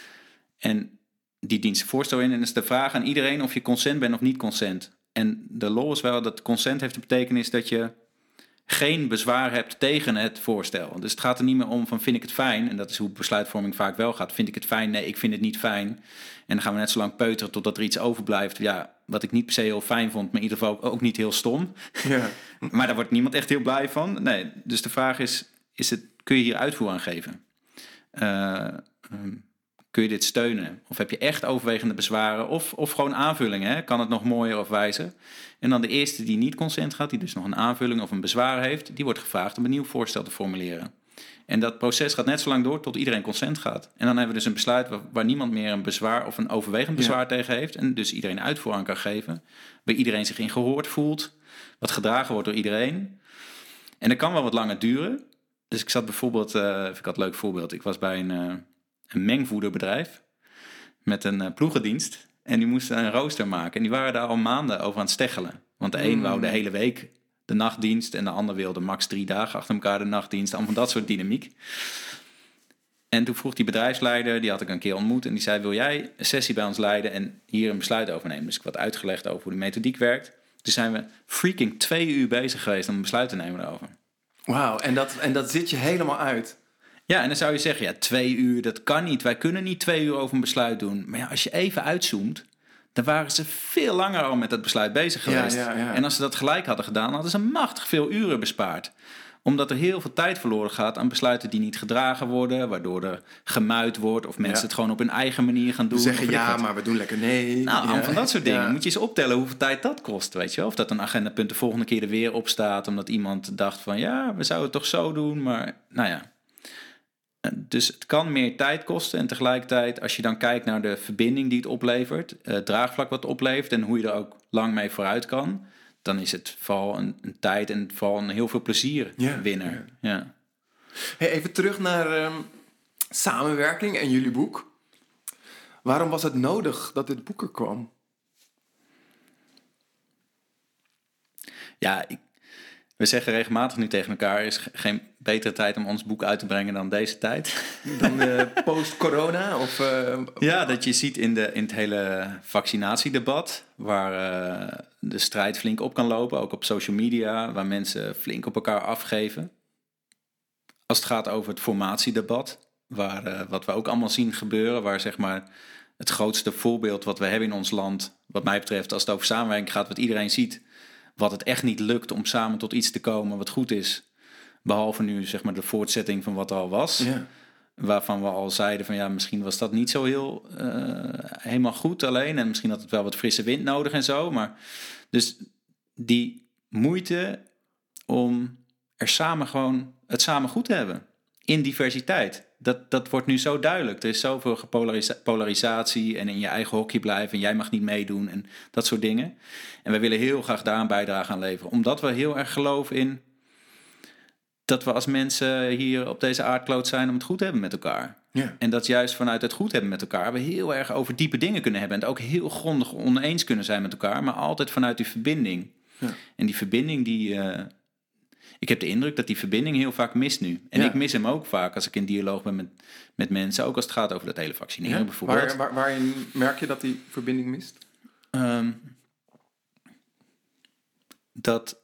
En die dient zijn voorstel in. En dan is de vraag aan iedereen of je consent bent of niet consent. En de lol is wel dat consent heeft de betekenis dat je geen bezwaar hebt tegen het voorstel. Dus het gaat er niet meer om van vind ik het fijn. En dat is hoe besluitvorming vaak wel gaat. Vind ik het fijn? Nee, ik vind het niet fijn. En dan gaan we net zo lang peuteren totdat er iets overblijft. Ja, wat ik niet per se heel fijn vond, maar in ieder geval ook niet heel stom. Ja. Maar daar wordt niemand echt heel blij van. Nee, dus de vraag is kun je hier uitvoer aan geven? Kun je dit steunen? Of heb je echt overwegende bezwaren? Of gewoon aanvullingen? Hè? Kan het nog mooier of wijzer? En dan de eerste die niet consent gaat, die dus nog een aanvulling of een bezwaar heeft, die wordt gevraagd om een nieuw voorstel te formuleren. En dat proces gaat net zo lang door tot iedereen consent gaat. En dan hebben we dus een besluit waar niemand meer een bezwaar of een overwegend bezwaar tegen heeft. En dus iedereen uitvoer aan kan geven. Waar iedereen zich in gehoord voelt. Wat gedragen wordt door iedereen. En dat kan wel wat langer duren. Dus ik zat bijvoorbeeld, ik had een leuk voorbeeld. Ik was bij een mengvoederbedrijf met een ploegendienst. En die moesten een rooster maken. En die waren daar al maanden over aan het steggelen. Want de een wou de hele week de nachtdienst en de ander wilde max 3 dagen achter elkaar de nachtdienst. Allemaal dat soort dynamiek. En toen vroeg die bedrijfsleider, die had ik een keer ontmoet... en die zei, wil jij een sessie bij ons leiden en hier een besluit overnemen? Dus ik had uitgelegd over hoe die methodiek werkt. Toen zijn we freaking 2 uur bezig geweest om een besluit te nemen daarover. Wauw, en dat zit je helemaal uit. Ja, en dan zou je zeggen, ja, 2 uur, dat kan niet. Wij kunnen niet 2 uur over een besluit doen. Maar ja, als je even uitzoomt, dan waren ze veel langer al met dat besluit bezig geweest. Ja. En als ze dat gelijk hadden gedaan, hadden ze machtig veel uren bespaard. Omdat er heel veel tijd verloren gaat aan besluiten die niet gedragen worden, waardoor er gemuit wordt of mensen het gewoon op hun eigen manier gaan doen. We zeggen ja, maar we doen lekker nee. Nou, van dat soort dingen. Moet je eens optellen hoeveel tijd dat kost, weet je wel? Of dat een agendapunt de volgende keer er weer op staat, omdat iemand dacht van, ja, we zouden het toch zo doen, maar nou ja. Dus het kan meer tijd kosten en tegelijkertijd, als je dan kijkt naar de verbinding die het oplevert, het draagvlak wat het oplevert en hoe je er ook lang mee vooruit kan, dan is het vooral een tijd en vooral een heel veel plezier winner. Ja. Hey, even terug naar samenwerking en jullie boek. Waarom was het nodig dat dit boek er kwam? Ja, we zeggen regelmatig nu tegen elkaar, er is geen betere tijd om ons boek uit te brengen dan deze tijd. Dan post-corona? Ja, dat je ziet in het hele vaccinatiedebat, waar de strijd flink op kan lopen, ook op social media, waar mensen flink op elkaar afgeven. Als het gaat over het formatiedebat, wat we ook allemaal zien gebeuren, waar zeg maar het grootste voorbeeld wat we hebben in ons land, wat mij betreft, als het over samenwerking gaat, wat iedereen ziet, wat het echt niet lukt om samen tot iets te komen wat goed is. Behalve nu zeg maar de voortzetting van wat er al was. Ja. Waarvan we al zeiden van ja, misschien was dat niet zo helemaal goed alleen. En misschien had het wel wat frisse wind nodig en zo. Maar dus die moeite om er samen gewoon het samen goed te hebben. In diversiteit. Dat wordt nu zo duidelijk. Er is zoveel polarisatie en in je eigen hokje blijven en jij mag niet meedoen en dat soort dingen. En wij willen heel graag daar een bijdrage aan leveren. Omdat we heel erg geloven in dat we als mensen hier op deze aardkloot zijn om het goed te hebben met elkaar. Ja. En dat juist vanuit het goed hebben met elkaar we heel erg over diepe dingen kunnen hebben. En het ook heel grondig oneens kunnen zijn met elkaar, maar altijd vanuit die verbinding. Ja. En die verbinding ik heb de indruk dat die verbinding heel vaak mist nu. En ik mis hem ook vaak als ik in dialoog ben met mensen. Ook als het gaat over dat hele vaccineren bijvoorbeeld. Waarin merk je dat die verbinding mist? Dat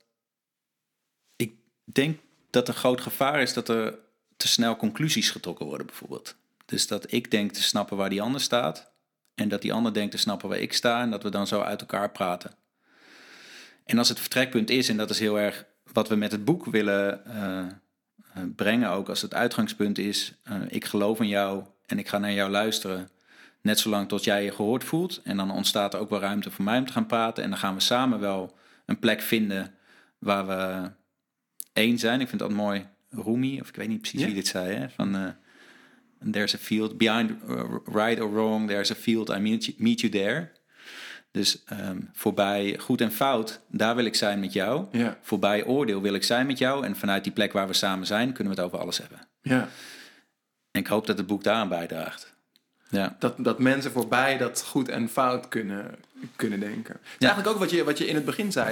ik denk dat een groot gevaar is dat er te snel conclusies getrokken worden bijvoorbeeld. Dus dat ik denk te snappen waar die ander staat. En dat die ander denkt te snappen waar ik sta. En dat we dan zo uit elkaar praten. En als het vertrekpunt is, en dat is heel erg wat we met het boek willen brengen ook, als het uitgangspunt is, ik geloof in jou en ik ga naar jou luisteren, net zolang tot jij je gehoord voelt. En dan ontstaat er ook wel ruimte voor mij om te gaan praten. En dan gaan we samen wel een plek vinden waar we één zijn. Ik vind dat mooi. Rumi, of ik weet niet precies wie dit zei, hè? Van there's a field, behind right or wrong, there's a field, I meet you there. Dus voorbij goed en fout, daar wil ik zijn met jou. Ja. Voorbij oordeel wil ik zijn met jou. En vanuit die plek waar we samen zijn, kunnen we het over alles hebben. Ja. En ik hoop dat het boek daaraan bijdraagt. Ja. Dat mensen voorbij dat goed en fout kunnen denken. Het is eigenlijk ook wat je in het begin zei.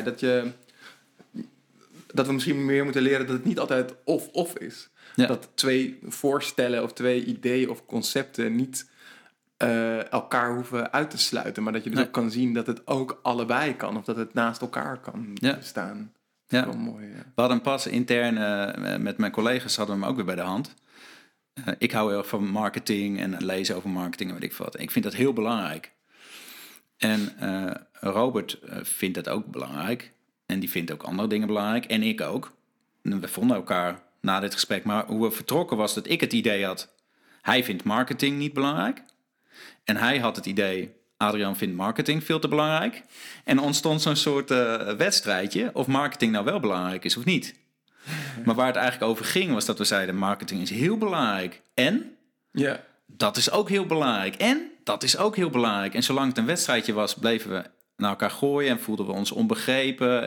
Dat we misschien meer moeten leren dat het niet altijd of is. Ja. Dat 2 voorstellen of 2 ideeën of concepten niet elkaar hoeven uit te sluiten. Maar dat je dus ook kan zien dat het ook allebei kan. Of dat het naast elkaar kan staan. Dat is wel mooi. Ja. We hadden pas intern met mijn collega's hadden we hem ook weer bij de hand. Ik hou heel erg van marketing en lezen over marketing en weet ik wat. En ik vind dat heel belangrijk. En Robert vindt dat ook belangrijk. En die vindt ook andere dingen belangrijk. En ik ook. En we vonden elkaar na dit gesprek. Maar hoe we vertrokken was dat ik het idee had, hij vindt marketing niet belangrijk. En hij had het idee, Adriaan vindt marketing veel te belangrijk. En er ontstond zo'n soort wedstrijdje of marketing nou wel belangrijk is of niet. Maar waar het eigenlijk over ging was dat we zeiden, marketing is heel belangrijk. En dat is ook heel belangrijk. En dat is ook heel belangrijk. En zolang het een wedstrijdje was, bleven we naar elkaar gooien en voelden we ons onbegrepen.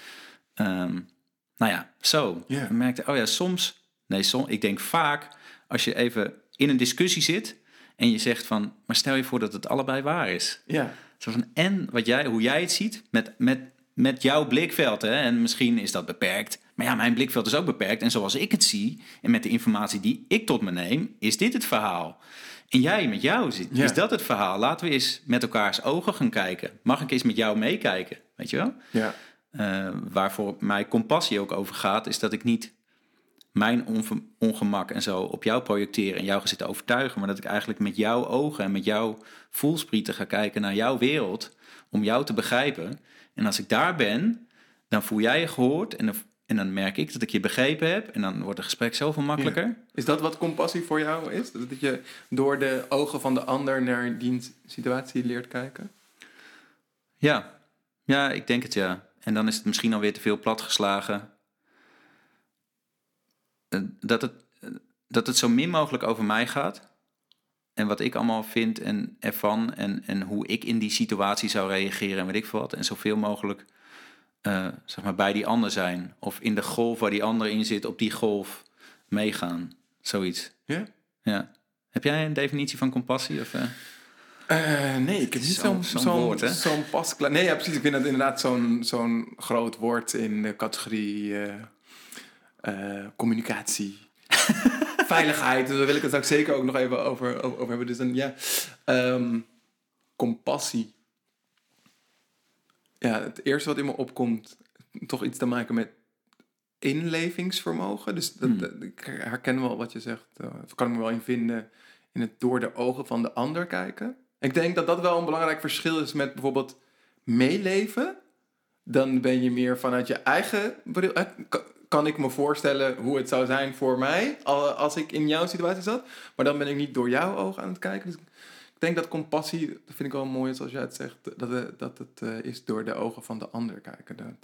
En zo. Yeah. We merkten, ik denk vaak, als je even in een discussie zit en je zegt van, maar stel je voor dat het allebei waar is. Ja. Zo van, en hoe jij het ziet met jouw blikveld, hè? En misschien is dat beperkt, Maar ja, mijn blikveld is ook beperkt. En zoals ik het zie, en met de informatie die ik tot me neem, is dit het verhaal. En jij met jou zit. Ja. Is dat het verhaal? Laten we eens met elkaars ogen gaan kijken. Mag ik eens met jou meekijken? Weet je wel? Ja. Waarvoor mij compassie ook over gaat, is dat ik niet mijn ongemak en zo op jou projecteer en jou ga zitten overtuigen, maar dat ik eigenlijk met jouw ogen en met jouw voelsprieten ga kijken naar jouw wereld, om jou te begrijpen. En als ik daar ben, dan voel jij je gehoord en dan merk ik dat ik je begrepen heb en dan wordt het gesprek zoveel makkelijker. Ja. Is dat wat compassie voor jou is? Dat je door de ogen van de ander naar die situatie leert kijken? Ja, ik denk het ja. En dan is het misschien alweer te veel platgeslagen. Dat het zo min mogelijk over mij gaat. En wat ik allemaal vind en ervan. En hoe ik in die situatie zou reageren en weet ik veel wat. En zoveel mogelijk zeg maar bij die ander zijn. Of in de golf waar die ander in zit, op die golf meegaan. Zoiets. Ja. Heb jij een definitie van compassie? Of, Nee, ik heb niet zo'n woord, hè? zo'n pasklaar. Nee, ja, precies. Ik vind dat inderdaad zo'n groot woord in de categorie communicatie. Veiligheid. Dus daar wil ik het ook zeker ook nog even over hebben. Dus dan, ja, compassie. Ja, het eerste wat in me opkomt, toch iets te maken met inlevingsvermogen. Dus ik herken wel wat je zegt. Of kan ik me wel in vinden in het door de ogen van de ander kijken. Ik denk dat dat wel een belangrijk verschil is met bijvoorbeeld meeleven. Dan ben je meer vanuit je eigen bril. Kan ik me voorstellen hoe het zou zijn voor mij als ik in jouw situatie zat. Maar dan ben ik niet door jouw ogen aan het kijken. Dus ik denk dat compassie, dat vind ik wel mooi zoals jij het zegt, dat het is door de ogen van de ander kijken.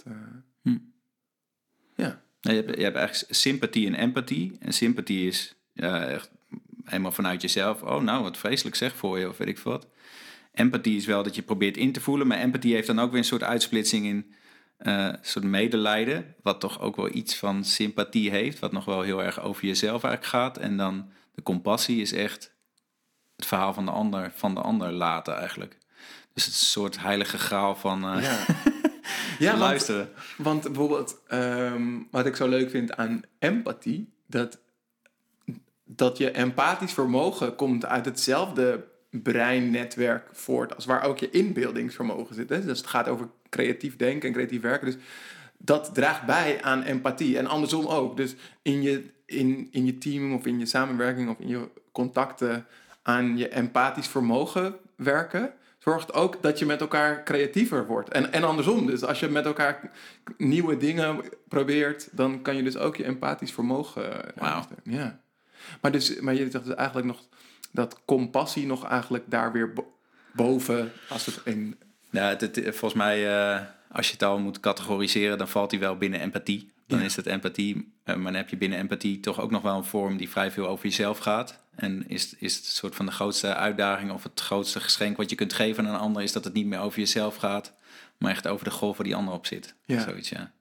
Ja. Je hebt eigenlijk sympathie en empathie. En sympathie is echt helemaal vanuit jezelf. Oh, nou, wat vreselijk zeg voor je, of weet ik veel wat. Empathie is wel dat je probeert in te voelen. Maar empathie heeft dan ook weer een soort uitsplitsing in een soort medelijden. Wat toch ook wel iets van sympathie heeft. Wat nog wel heel erg over jezelf eigenlijk gaat. En dan de compassie is echt het verhaal van de ander laten eigenlijk. Dus het is een soort heilige graal van Ja, luisteren. Want bijvoorbeeld, wat ik zo leuk vind aan empathie, dat je empathisch vermogen komt uit hetzelfde breinnetwerk voort als waar ook je inbeeldingsvermogen zit. Hè? Dus het gaat over creatief denken en creatief werken. Dus dat draagt bij aan empathie. En andersom ook. Dus in je team of in je samenwerking of in je contacten aan je empathisch vermogen werken, zorgt ook dat je met elkaar creatiever wordt. En andersom. Dus als je met elkaar nieuwe dingen probeert, dan kan je dus ook je empathisch vermogen aanstellen. Ja. Maar je zegt dus eigenlijk nog dat compassie nog eigenlijk daar weer boven, als het in... Ja, volgens mij, als je het al moet categoriseren, dan valt hij wel binnen empathie. Dan is het empathie, maar dan heb je binnen empathie toch ook nog wel een vorm die vrij veel over jezelf gaat. En is het soort van de grootste uitdaging of het grootste geschenk wat je kunt geven aan een ander, is dat het niet meer over jezelf gaat, maar echt over de golf waar die ander op zit. Ja. Zoiets, ja.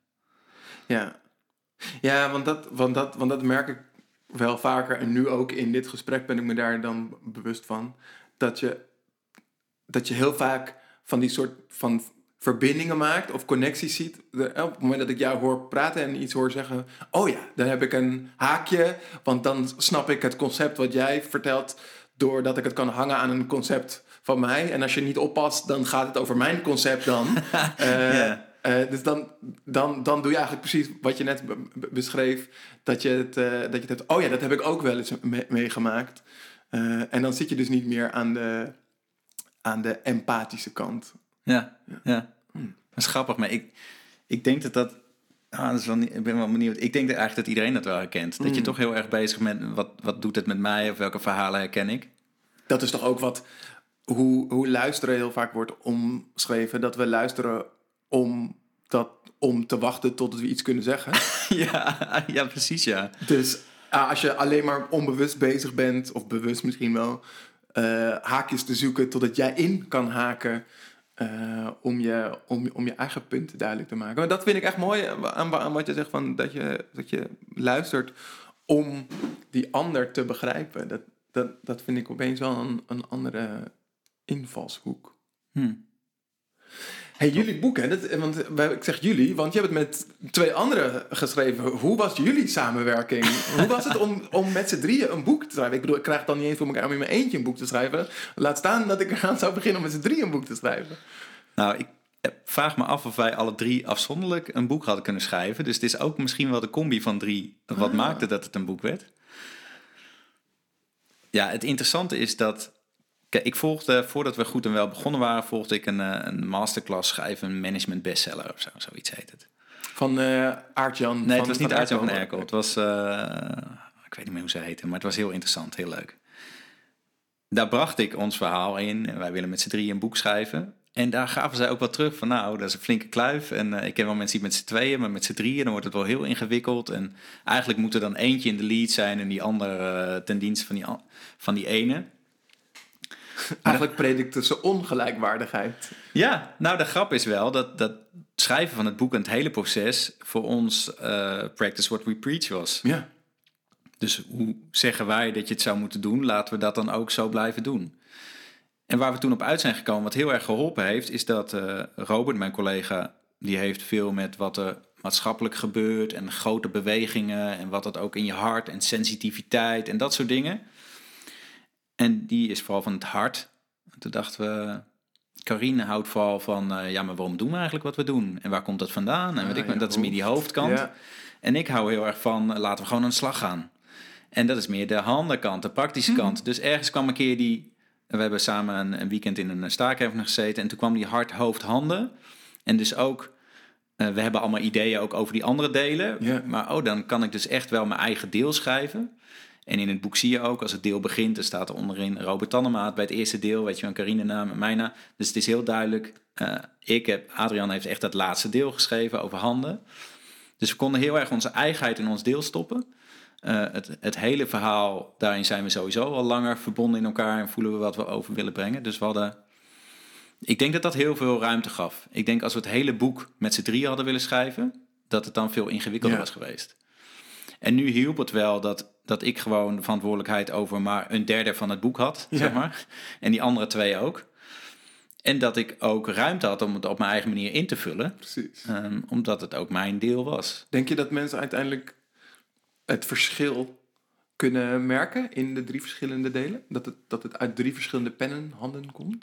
Ja, want dat merk ik wel vaker. En nu ook in dit gesprek ben ik me daar dan bewust van. Dat je heel vaak van die soort van verbindingen maakt of connecties ziet. Op het moment dat ik jou hoor praten en iets hoor zeggen, oh ja, dan heb ik een haakje, want dan snap ik het concept wat jij vertelt, doordat ik het kan hangen aan een concept van mij. En als je niet oppast, dan gaat het over mijn concept dan. Dus dan doe je eigenlijk precies wat je net beschreef, dat je het hebt, oh ja, dat heb ik ook wel eens meegemaakt. En dan zit je dus niet meer aan de empathische kant. Ja. Dat is grappig, maar ik denk dat is wel niet, ik ben wel benieuwd. Ik denk eigenlijk dat iedereen dat wel herkent. Dat je toch heel erg bezig bent met wat doet het met mij of welke verhalen herken ik. Dat is toch ook hoe luisteren heel vaak wordt omschreven. Dat we luisteren om te wachten tot we iets kunnen zeggen. ja, precies, ja. Dus als je alleen maar onbewust bezig bent, of bewust misschien wel, haakjes te zoeken totdat jij in kan haken, om je eigen punten duidelijk te maken. Maar dat vind ik echt mooi aan wat je zegt, van dat je luistert om die ander te begrijpen. Dat vind ik opeens wel een andere invalshoek. Hey, jullie boek, hè? Ik zeg jullie, want je hebt het met 2 anderen geschreven. Hoe was jullie samenwerking? Hoe was het om met z'n drieën een boek te schrijven? Ik bedoel, ik krijg het dan niet eens voor elkaar om in mijn eentje een boek te schrijven. Laat staan dat ik eraan zou beginnen om met z'n drieën een boek te schrijven. Nou, ik vraag me af of wij alle 3 afzonderlijk een boek hadden kunnen schrijven. Dus het is ook misschien wel de combi van 3 wat maakte dat het een boek werd. Ja, het interessante is dat... Kijk, ik volgde, voordat we goed en wel begonnen waren, volgde ik een masterclass schrijven, een management bestseller of zo, zoiets heet het. Van Aart-Jan? Nee, het was niet Aart-Jan van Erkel. Het was, ik weet niet meer hoe ze heette, maar het was heel interessant, heel leuk. Daar bracht ik ons verhaal in en wij willen met z'n drieën een boek schrijven. En daar gaven zij ook wat terug van, nou, dat is een flinke kluif. En ik ken wel mensen die met z'n tweeën, maar met z'n drieën, dan wordt het wel heel ingewikkeld. En eigenlijk moet er dan eentje in de lead zijn en die andere ten dienste van die ene. Eigenlijk predikte ze ongelijkwaardigheid. Ja, nou de grap is wel dat schrijven van het boek en het hele proces voor ons practice what we preach was. Ja. Dus hoe zeggen wij dat je het zou moeten doen, laten we dat dan ook zo blijven doen. En waar we toen op uit zijn gekomen, wat heel erg geholpen heeft, is dat Robert, mijn collega, die heeft veel met wat er maatschappelijk gebeurt en grote bewegingen en wat dat ook in je hart en sensitiviteit en dat soort dingen. En die is vooral van het hart. Toen dachten we, Carine houdt vooral van, ja, maar waarom doen we eigenlijk wat we doen? En waar komt dat vandaan? En weet ik, dat is meer die hoofdkant. Ja. En ik hou heel erg van, laten we gewoon aan de slag gaan. En dat is meer de handenkant, de praktische kant. Dus ergens kwam een keer we hebben samen een weekend in een staakerven gezeten. En toen kwam die hart, hoofd, handen. En dus ook, we hebben allemaal ideeën ook over die andere delen. Ja. Maar dan kan ik dus echt wel mijn eigen deel schrijven. En in het boek zie je ook, als het deel begint, dan staat er onderin Robert Tannemaat bij het eerste deel, weet je, een Carine naam en mijn naam. Dus het is heel duidelijk, Adriaan heeft echt dat laatste deel geschreven over handen. Dus we konden heel erg onze eigenheid in ons deel stoppen. Het hele verhaal, daarin zijn we sowieso al langer verbonden in elkaar en voelen we wat we over willen brengen. Dus ik denk dat dat heel veel ruimte gaf. Ik denk als we het hele boek met z'n drieën hadden willen schrijven, dat het dan veel ingewikkelder was geweest. En nu hielp het wel dat ik gewoon de verantwoordelijkheid over maar een derde van het boek had, zeg maar. En die andere 2 ook. En dat ik ook ruimte had om het op mijn eigen manier in te vullen. Precies. Omdat het ook mijn deel was. Denk je dat mensen uiteindelijk het verschil kunnen merken in de 3 verschillende delen? Dat het uit 3 verschillende pennen, handen komt?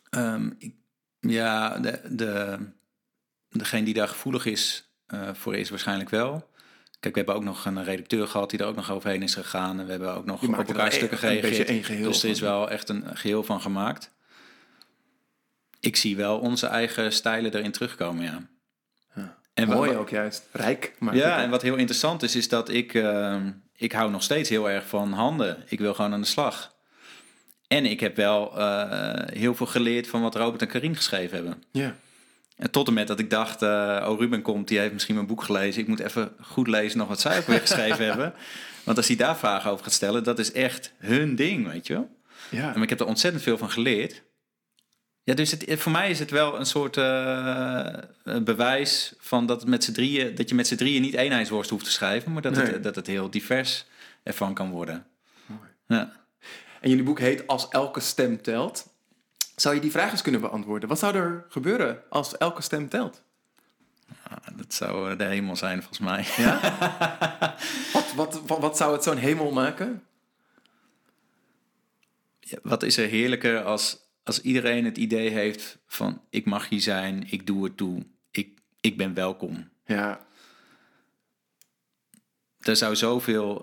Degene die daar gevoelig is voor is waarschijnlijk wel. Kijk, we hebben ook nog een redacteur gehad die er ook nog overheen is gegaan. En we hebben ook nog op elkaar stukken gereageerd. Dus er is wel echt een geheel van gemaakt. Ik zie wel onze eigen stijlen erin terugkomen, ja. En mooi ook juist. Rijk. En wat heel interessant is dat ik hou nog steeds heel erg van handen. Ik wil gewoon aan de slag. En ik heb wel heel veel geleerd van wat Robert en Carine geschreven hebben. Ja. En tot en met dat ik dacht, Ruben komt, die heeft misschien mijn boek gelezen. Ik moet even goed lezen nog wat zij ook weer geschreven hebben. Want als hij daar vragen over gaat stellen, dat is echt hun ding, weet je wel. Ja. En ik heb er ontzettend veel van geleerd. Ja, dus voor mij is het wel een soort bewijs van dat je met z'n drieën niet eenheidsworst hoeft te schrijven, maar dat het heel divers ervan kan worden. Mooi. Ja. En jullie boek heet Als elke stem telt. Zou je die vraag eens kunnen beantwoorden? Wat zou er gebeuren als elke stem telt? Dat zou de hemel zijn, volgens mij. Ja? Wat zou het zo'n hemel maken? Ja, wat is er heerlijker als iedereen het idee heeft van ik mag hier zijn, ik doe het toe, ik ben welkom. Ja. Er zou zoveel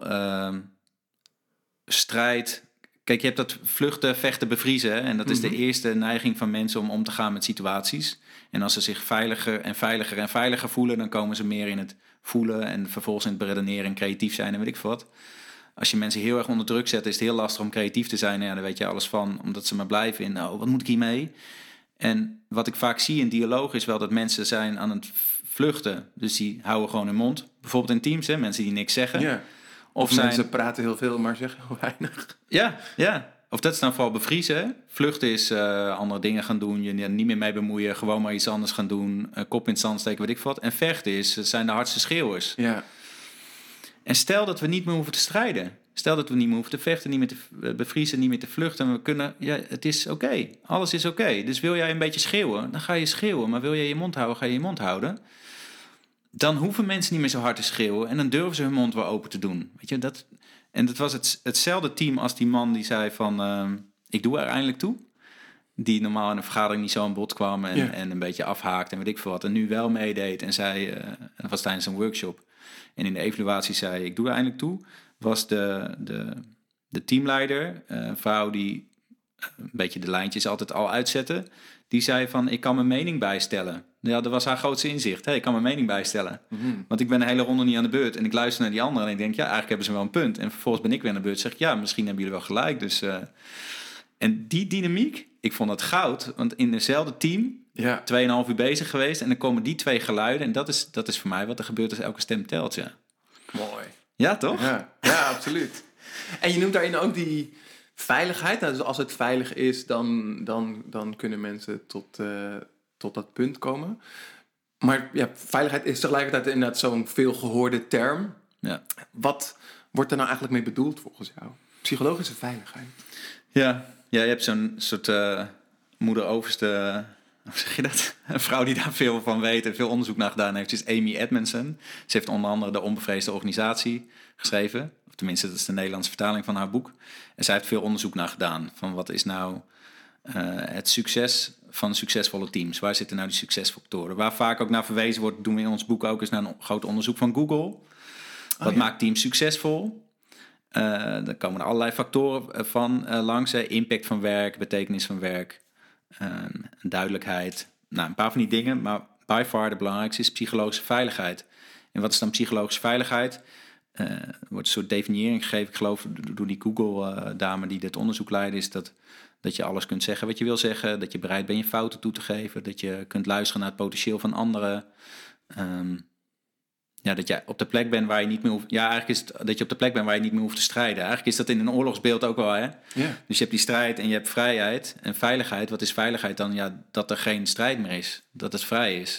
strijd... Kijk, je hebt dat vluchten, vechten, bevriezen. Hè? En dat is de eerste neiging van mensen om te gaan met situaties. En als ze zich veiliger en veiliger en veiliger voelen, dan komen ze meer in het voelen en vervolgens in het beredeneren en creatief zijn en weet ik veel wat. Als je mensen heel erg onder druk zet, is het heel lastig om creatief te zijn. Ja, daar weet je alles van, omdat ze maar blijven in, nou, wat moet ik hiermee? En wat ik vaak zie in dialoog is wel dat mensen zijn aan het vluchten. Dus die houden gewoon hun mond. Bijvoorbeeld in teams, hè, mensen die niks zeggen. Ja. Of mensen praten heel veel, maar zeggen heel weinig. Ja. Of dat is dan vooral bevriezen. Hè? Vluchten is andere dingen gaan doen, je niet meer mee bemoeien, gewoon maar iets anders gaan doen, kop in het zand steken, weet ik wat. En vechten zijn de hardste schreeuwers. Ja. En stel dat we niet meer hoeven te strijden. Stel dat we niet meer hoeven te vechten, niet meer te bevriezen, niet meer te vluchten. We kunnen, het is oké. Alles is oké. Dus wil jij een beetje schreeuwen, dan ga je schreeuwen. Maar wil jij je mond houden, ga je je mond houden. Dan hoeven mensen niet meer zo hard te schreeuwen. En dan durven ze hun mond wel open te doen. Weet je, en dat was hetzelfde team als die man die zei van... ik doe er eindelijk toe. Die normaal in een vergadering niet zo aan bod kwam en een beetje afhaakt en weet ik veel wat. En nu wel meedeed en zei, dat was tijdens een workshop. En in de evaluatie zei, ik doe er eindelijk toe. Was de teamleider, een vrouw die een beetje de lijntjes altijd al uitzette. Die zei van, ik kan mijn mening bijstellen. Ja, dat was haar grootste inzicht. Ik kan mijn mening bijstellen. Mm-hmm. Want ik ben een hele ronde niet aan de beurt. En ik luister naar die anderen en ik denk, ja, eigenlijk hebben ze wel een punt. En vervolgens ben ik weer aan de beurt en zeg ik, ja, misschien hebben jullie wel gelijk. Dus, en die dynamiek, ik vond het goud. Want in dezelfde team, 2,5 uur bezig geweest. En dan komen die 2 geluiden. En dat is voor mij wat er gebeurt als elke stem telt, ja. Mooi. Ja, toch? Ja, absoluut. En je noemt daarin ook die veiligheid. Nou, dus als het veilig is, dan kunnen mensen tot dat punt komen. Maar ja, veiligheid is tegelijkertijd inderdaad zo'n veel gehoorde term. Ja. Wat wordt er nou eigenlijk mee bedoeld volgens jou? Psychologische veiligheid. Ja, je hebt zo'n soort moeder-overste... Hoe zeg je dat? Een vrouw die daar veel van weet en veel onderzoek naar gedaan heeft, is Amy Edmondson. Ze heeft onder andere de Onbevreesde Organisatie geschreven. Of tenminste, dat is de Nederlandse vertaling van haar boek. En zij heeft veel onderzoek naar gedaan. Van wat is nou het succes van succesvolle teams? Waar zitten nou die succesfactoren? Waar vaak ook naar verwezen wordt, doen we in ons boek ook eens naar een groot onderzoek van Google. Wat maakt teams succesvol? Dan komen er allerlei factoren van langs. Impact van werk, betekenis van werk. Duidelijkheid. Nou, een paar van die dingen, maar by far de belangrijkste is psychologische veiligheid. En wat is dan psychologische veiligheid? Er wordt een soort definiëring gegeven, ik geloof door die Google-dame die dit onderzoek leidde, is dat je alles kunt zeggen wat je wil zeggen, dat je bereid bent je fouten toe te geven, dat je kunt luisteren naar het potentieel van anderen. Dat je op de plek bent waar je niet meer hoeft... Ja, eigenlijk is het dat je op de plek bent waar je niet meer hoeft te strijden. Eigenlijk is dat in een oorlogsbeeld ook wel, hè? Yeah. Dus je hebt die strijd en je hebt vrijheid. En veiligheid, wat is veiligheid dan? Ja, dat er geen strijd meer is. Dat het vrij is.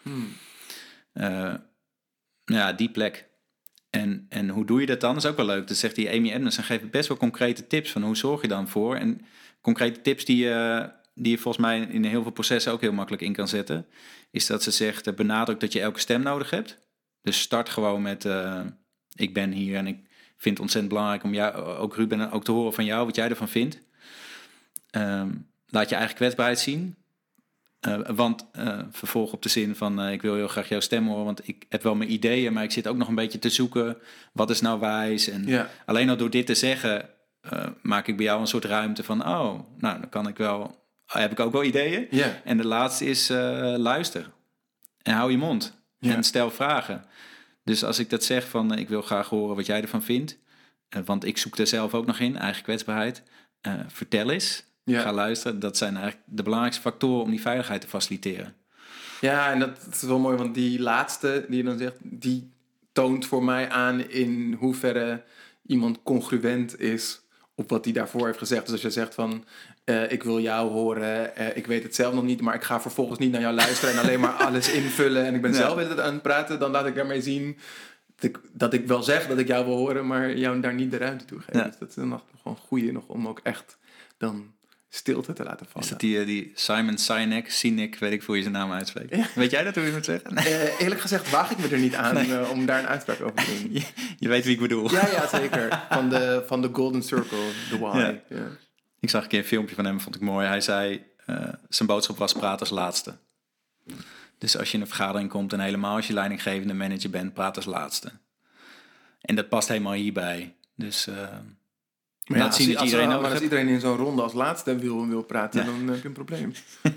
Die plek. En hoe doe je dat dan? Dat is ook wel leuk. Dat zegt die Amy Edmondson. Geeft best wel concrete tips van hoe zorg je dan voor. En concrete tips die je volgens mij in heel veel processen ook heel makkelijk in kan zetten. Is dat ze zegt, benadruk dat je elke stem nodig hebt. Dus start gewoon met, ik ben hier en ik vind het ontzettend belangrijk om jou, ook Ruben, ook te horen van jou, wat jij ervan vindt. Laat je eigen kwetsbaarheid zien. Want vervolg op de zin van, ik wil heel graag jouw stem horen, want ik heb wel mijn ideeën, maar ik zit ook nog een beetje te zoeken, wat is nou wijs? En alleen al door dit te zeggen, maak ik bij jou een soort ruimte van, dan kan ik wel, heb ik ook wel ideeën. Yeah. En de laatste is, luister en hou je mond. En stel vragen. Dus als ik dat zeg van ik wil graag horen wat jij ervan vindt. Want ik zoek er zelf ook nog in, eigen kwetsbaarheid. Vertel eens. Ga luisteren. Dat zijn eigenlijk de belangrijkste factoren om die veiligheid te faciliteren. Ja, en dat is wel mooi, want die laatste die je dan zegt, die toont voor mij aan in hoeverre iemand congruent is op wat hij daarvoor heeft gezegd. Dus als je zegt van, ik wil jou horen, ik weet het zelf nog niet, maar ik ga vervolgens niet naar jou luisteren en alleen maar alles invullen en ik ben zelf aan het praten, dan laat ik daarmee zien dat ik wel zeg dat ik jou wil horen, maar jou daar niet de ruimte toe geef. Ja. Dus dat is nog gewoon goeie nog om ook echt dan stilte te laten vallen. Is dat die Simon Sinek, weet ik hoe je zijn naam uitspreekt. Ja. Weet jij dat, hoe je het moet zeggen? Nee. Eerlijk gezegd waag ik me er niet aan om daar een uitspraak over te doen. Je weet wie ik bedoel. Ja, zeker. Van de Golden Circle, the why. Ja. Ja. Ik zag een keer een filmpje van hem, vond ik mooi. Hij zei, zijn boodschap was praat als laatste. Dus als je in een vergadering komt en helemaal als je leidinggevende manager bent, praat als laatste. En dat past helemaal hierbij. Dus... Maar dat zien iedereen nodig. Maar als iedereen in zo'n ronde als laatste wil praten, dan heb je een probleem.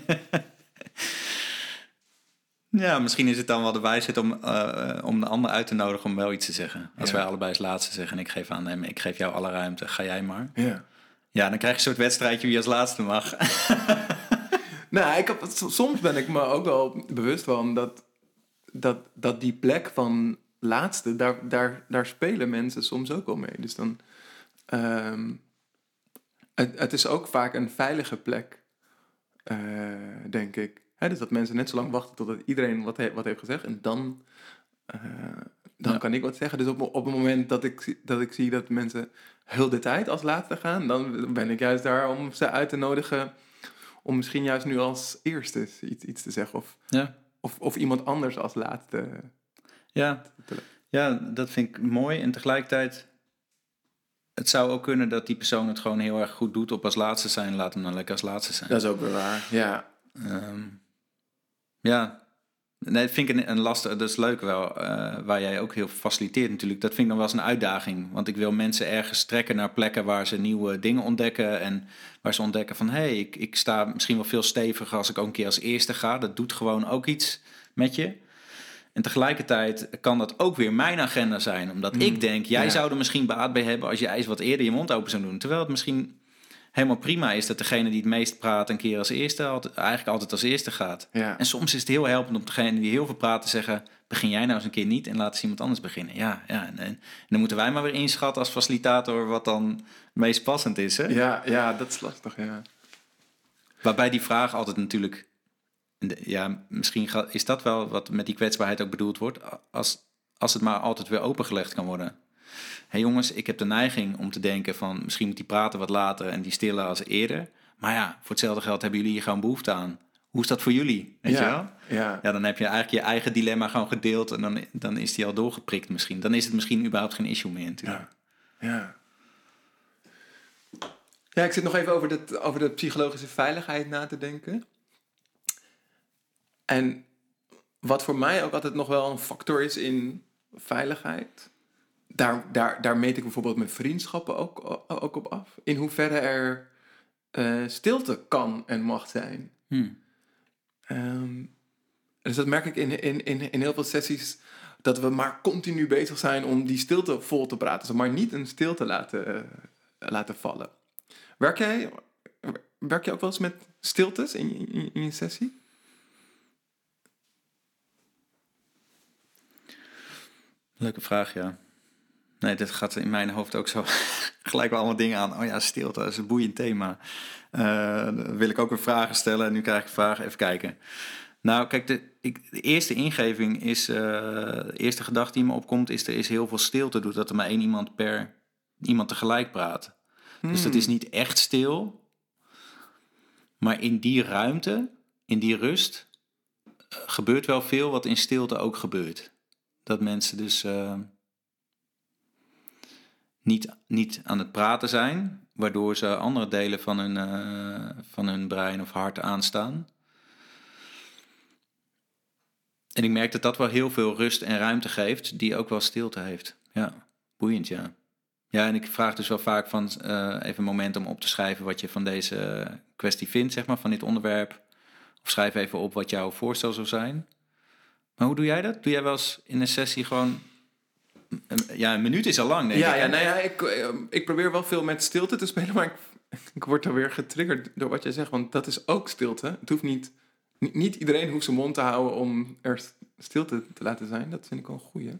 Ja, misschien is het dan wel de wijsheid om de ander uit te nodigen om wel iets te zeggen. Als wij allebei als laatste zeggen en ik geef aan hem, ik geef jou alle ruimte, ga jij maar. Ja, dan krijg je een soort wedstrijdje wie als laatste mag. Nou, soms ben ik me ook wel bewust van dat die plek van laatste, daar spelen mensen soms ook wel mee. Dus dan... Het is ook vaak een veilige plek, denk ik. Dus dat mensen net zo lang wachten totdat iedereen wat heeft gezegd. En dan dan kan ik wat zeggen. Dus op het moment dat ik zie dat mensen heel de tijd als laatste gaan, dan ben ik juist daar om ze uit te nodigen om misschien juist nu als eerste iets te zeggen. Of iemand anders als laatste. Ja, dat vind ik mooi. En tegelijkertijd, het zou ook kunnen dat die persoon het gewoon heel erg goed doet op als laatste zijn. Laat hem dan lekker als laatste zijn. Dat is ook weer waar, ja. Nee, dat vind ik een lastig. Dat is leuk wel, waar jij ook heel faciliteert natuurlijk. Dat vind ik dan wel eens een uitdaging. Want ik wil mensen ergens trekken naar plekken waar ze nieuwe dingen ontdekken. En waar ze ontdekken van, ik sta misschien wel veel steviger als ik ook een keer als eerste ga. Dat doet gewoon ook iets met je. En tegelijkertijd kan dat ook weer mijn agenda zijn. Omdat ik denk, jij zou er misschien baat bij hebben als jij eens wat eerder je mond open zou doen. Terwijl het misschien helemaal prima is dat degene die het meest praat een keer als eerste, eigenlijk altijd als eerste gaat. Ja. En soms is het heel helpend om degene die heel veel praat te zeggen, begin jij nou eens een keer niet en laat eens iemand anders beginnen. En dan moeten wij maar weer inschatten als facilitator wat dan het meest passend is. Hè? Ja, dat is lastig, ja. Waarbij die vraag altijd natuurlijk, misschien is dat wel wat met die kwetsbaarheid ook bedoeld wordt, als het maar altijd weer opengelegd kan worden. Jongens, ik heb de neiging om te denken van, misschien moet die praten wat later en die stillen als eerder. Maar ja, voor hetzelfde geld hebben jullie hier gewoon behoefte aan. Hoe is dat voor jullie? Weet je wel? Ja, dan heb je eigenlijk je eigen dilemma gewoon gedeeld en dan is die al doorgeprikt misschien. Dan is het misschien überhaupt geen issue meer natuurlijk. Ja, ik zit nog even over de psychologische veiligheid na te denken. En wat voor mij ook altijd nog wel een factor is in veiligheid, daar meet ik bijvoorbeeld mijn vriendschappen ook op af. In hoeverre er stilte kan en mag zijn. Dus dat merk ik in heel veel sessies, dat we maar continu bezig zijn om die stilte vol te praten. Dus maar niet een stilte laten vallen. Werk je ook wel eens met stiltes in je sessie? Leuke vraag, ja. Nee, dit gaat in mijn hoofd ook zo gelijk wel allemaal dingen aan. Oh ja, stilte, dat is een boeiend thema. Dan wil ik ook weer vragen stellen en nu krijg ik vragen. Even kijken. Nou, kijk, de eerste ingeving is, de eerste gedachte die me opkomt, is er is heel veel stilte doordat er maar één iemand tegelijk praat. Dus dat is niet echt stil. Maar in die ruimte, in die rust, gebeurt wel veel wat in stilte ook gebeurt. Dat mensen dus niet aan het praten zijn, waardoor ze andere delen van hun brein of hart aanstaan. En ik merk dat dat wel heel veel rust en ruimte geeft, die ook wel stilte heeft. Ja, boeiend, ja. Ja, en ik vraag dus wel vaak van even een moment om op te schrijven wat je van deze kwestie vindt, zeg maar, van dit onderwerp. Of schrijf even op wat jouw voorstel zou zijn. Maar hoe doe jij dat? Doe jij wel eens in een sessie gewoon... een minuut is al lang, denk ik. Ik probeer wel veel met stilte te spelen, maar ik word er weer getriggerd door wat jij zegt. Want dat is ook stilte. Het hoeft niet iedereen hoeft zijn mond te houden om er stilte te laten zijn. Dat vind ik wel een goeie.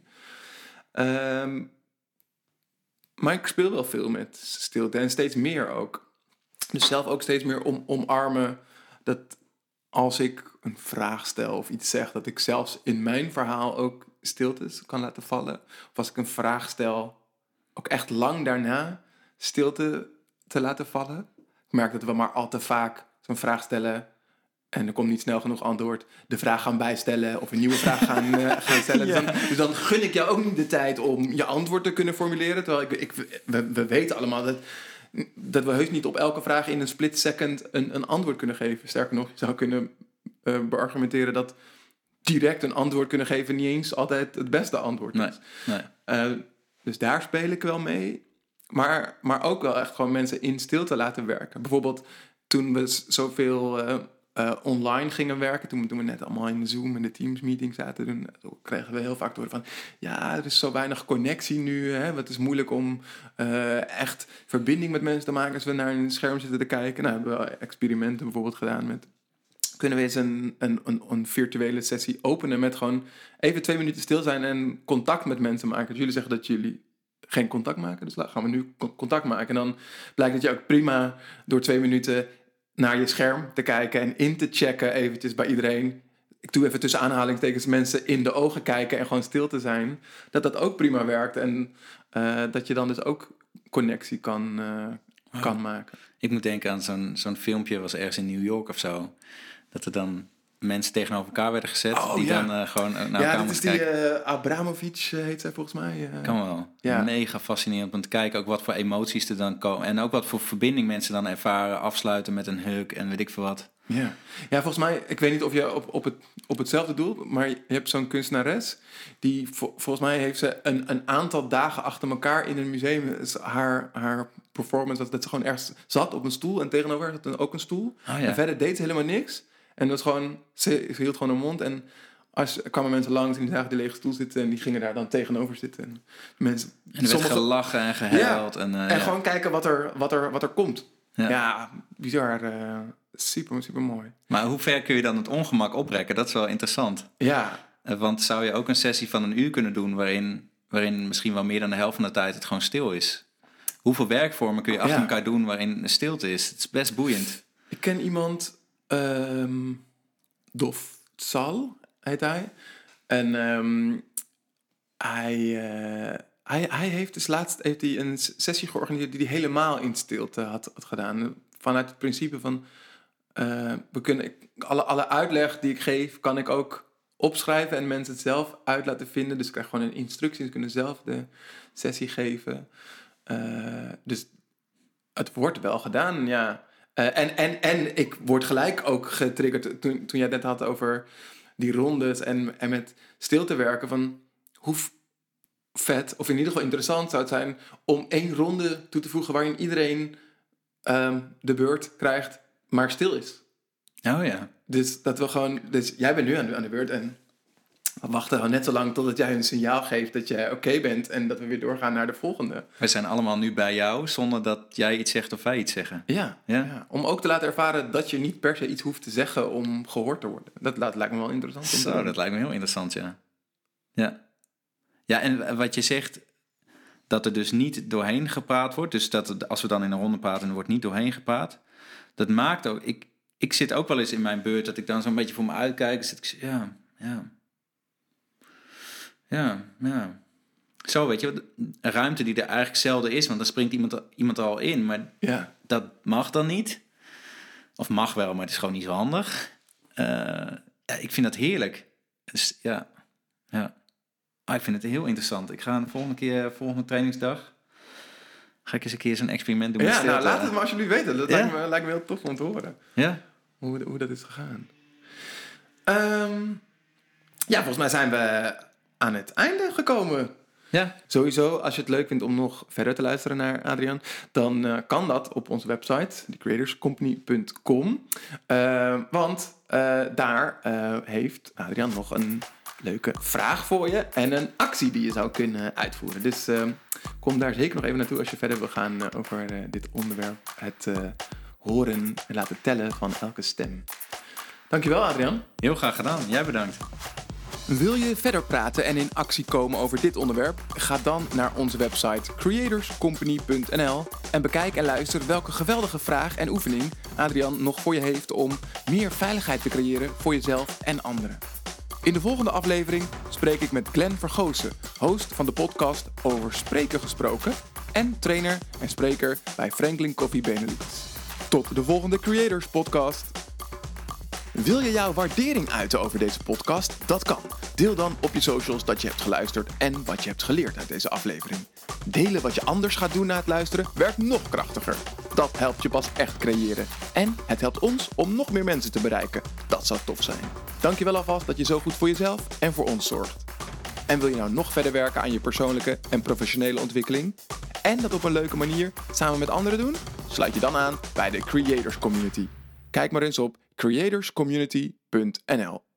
Maar ik speel wel veel met stilte en steeds meer ook. Dus zelf ook steeds meer omarmen dat als ik een vraag stel of iets zeg, dat ik zelfs in mijn verhaal ook stiltes kan laten vallen. Of als ik een vraag stel, ook echt lang daarna stilte te laten vallen. Ik merk dat we maar al te vaak zo'n vraag stellen en er komt niet snel genoeg antwoord. De vraag gaan bijstellen of een nieuwe vraag gaan stellen. Ja. Dus dan gun ik jou ook niet de tijd om je antwoord te kunnen formuleren. Terwijl we weten allemaal dat we heus niet op elke vraag in een split second een antwoord kunnen geven. Sterker nog, je zou kunnen beargumenteren dat direct een antwoord kunnen geven niet eens altijd het beste antwoord is. Nee. Dus daar speel ik wel mee. Maar ook wel echt gewoon mensen in stilte laten werken. Bijvoorbeeld toen we zoveel online gingen werken, toen we net allemaal in de Zoom en de Teams meeting zaten, toen kregen we heel vaak te horen van, ja, er is zo weinig connectie nu, hè? Het is moeilijk om echt verbinding met mensen te maken als we naar een scherm zitten te kijken. Nou, hebben we experimenten bijvoorbeeld gedaan met, kunnen we eens een virtuele sessie openen met gewoon even 2 minuten stil zijn en contact met mensen maken. Dus jullie zeggen dat jullie geen contact maken, dus gaan we nu contact maken. En dan blijkt dat je ook prima door 2 minuten naar je scherm te kijken en in te checken eventjes bij iedereen. ik doe even tussen aanhalingstekens mensen in de ogen kijken en gewoon stil te zijn, dat ook prima werkt. En dat je dan dus ook connectie kan maken. Ik moet denken aan zo'n filmpje, was ergens in New York of zo. Dat er dan mensen tegenover elkaar werden gezet. Dan gewoon naar elkaar dat is moeten die kijken. Abramovic heet zij volgens mij. Kan wel. Ja. Mega fascinerend om te kijken ook wat voor emoties er dan komen. En ook wat voor verbinding mensen dan ervaren. Afsluiten met een hug en weet ik veel wat. Ja, volgens mij, ik weet niet of je op hetzelfde doel, maar je hebt zo'n kunstenares die volgens mij heeft ze een aantal dagen achter elkaar in een museum haar performance, dat ze gewoon ergens zat op een stoel en tegenover zat ook een stoel. En verder deed ze helemaal niks. En dat was gewoon, ze hield gewoon haar mond en er kwamen mensen langs en die zagen die lege stoel zitten en die gingen daar dan tegenover zitten. En mensen, en er werd gelachen en gehuild. En gewoon kijken wat er komt. Ja, bizar. Super, super mooi. Maar hoe ver kun je dan het ongemak oprekken? Dat is wel interessant. Ja. Want zou je ook een sessie van 1 uur kunnen doen waarin misschien wel meer dan de helft van de tijd het gewoon stil is? Hoeveel werkvormen kun je achter elkaar doen waarin stilte is? Het is best boeiend. Ik ken iemand, Dov Tsal heet hij. En hij heeft dus laatst een sessie georganiseerd die hij helemaal in stilte had gedaan. Vanuit het principe van we kunnen alle uitleg die ik geef, kan ik ook opschrijven en mensen het zelf uit laten vinden. Dus ik krijg gewoon een instructie, ze kunnen zelf de sessie geven. Dus het wordt wel gedaan, ja. En ik word gelijk ook getriggerd toen jij het net had over die rondes en met stilte werken. Van hoe vet, of in ieder geval interessant zou het zijn om 1 ronde toe te voegen waarin iedereen de beurt krijgt, maar stil is. Oh ja. Dus dat we gewoon, dus jij bent nu aan de beurt en we wachten gewoon net zo lang totdat jij een signaal geeft dat jij oké bent en dat we weer doorgaan naar de volgende. We zijn allemaal nu bij jou zonder dat jij iets zegt of wij iets zeggen. Ja. Om ook te laten ervaren dat je niet per se iets hoeft te zeggen om gehoord te worden. Dat lijkt me wel interessant. Zo, dat lijkt me heel interessant, ja. Ja, en wat je zegt, dat er dus niet doorheen gepraat wordt. Dus dat als we dan in een ronde praten en er wordt niet doorheen gepraat. Dat maakt ook, ik zit ook wel eens in mijn beurt dat ik dan zo'n beetje voor me uitkijk. Dus ik ja. Zo, weet je, een ruimte die er eigenlijk zelden is, want dan springt iemand er al in. Maar dat mag dan niet. Of mag wel, maar het is gewoon niet zo handig. Ik vind dat heerlijk. Dus ja. Ik vind het heel interessant. Ik ga de volgende trainingsdag, ga ik eens een keer zo'n experiment doen. Ja, nou laat het me alsjeblieft weten. Dat lijkt me heel tof om te horen. Ja? Hoe dat is gegaan. Volgens mij zijn we aan het einde gekomen. Ja. Sowieso, als je het leuk vindt om nog verder te luisteren naar Adriaan, dan kan dat op onze website, thecreatorscompany.com. Want daar heeft Adriaan nog een leuke vraag voor je en een actie die je zou kunnen uitvoeren. Dus kom daar zeker nog even naartoe als je verder wil gaan over dit onderwerp. Het horen en laten tellen van elke stem. Dankjewel, Adriaan. Heel graag gedaan. Jij bedankt. Wil je verder praten en in actie komen over dit onderwerp? Ga dan naar onze website creatorscompany.nl en bekijk en luister welke geweldige vraag en oefening Adriaan nog voor je heeft om meer veiligheid te creëren voor jezelf en anderen. In de volgende aflevering spreek ik met Glenn Vergoosen, host van de podcast Over Spreken Gesproken en trainer en spreker bij Franklin Covey Benelux. Tot de volgende Creators Podcast. Wil je jouw waardering uiten over deze podcast? Dat kan. Deel dan op je socials dat je hebt geluisterd en wat je hebt geleerd uit deze aflevering. Delen wat je anders gaat doen na het luisteren werkt nog krachtiger. Dat helpt je pas echt creëren. En het helpt ons om nog meer mensen te bereiken. Dat zou tof zijn. Dankjewel alvast dat je zo goed voor jezelf en voor ons zorgt. En wil je nou nog verder werken aan je persoonlijke en professionele ontwikkeling? En dat op een leuke manier samen met anderen doen? Sluit je dan aan bij de Creators Community. Kijk maar eens op creatorscommunity.nl.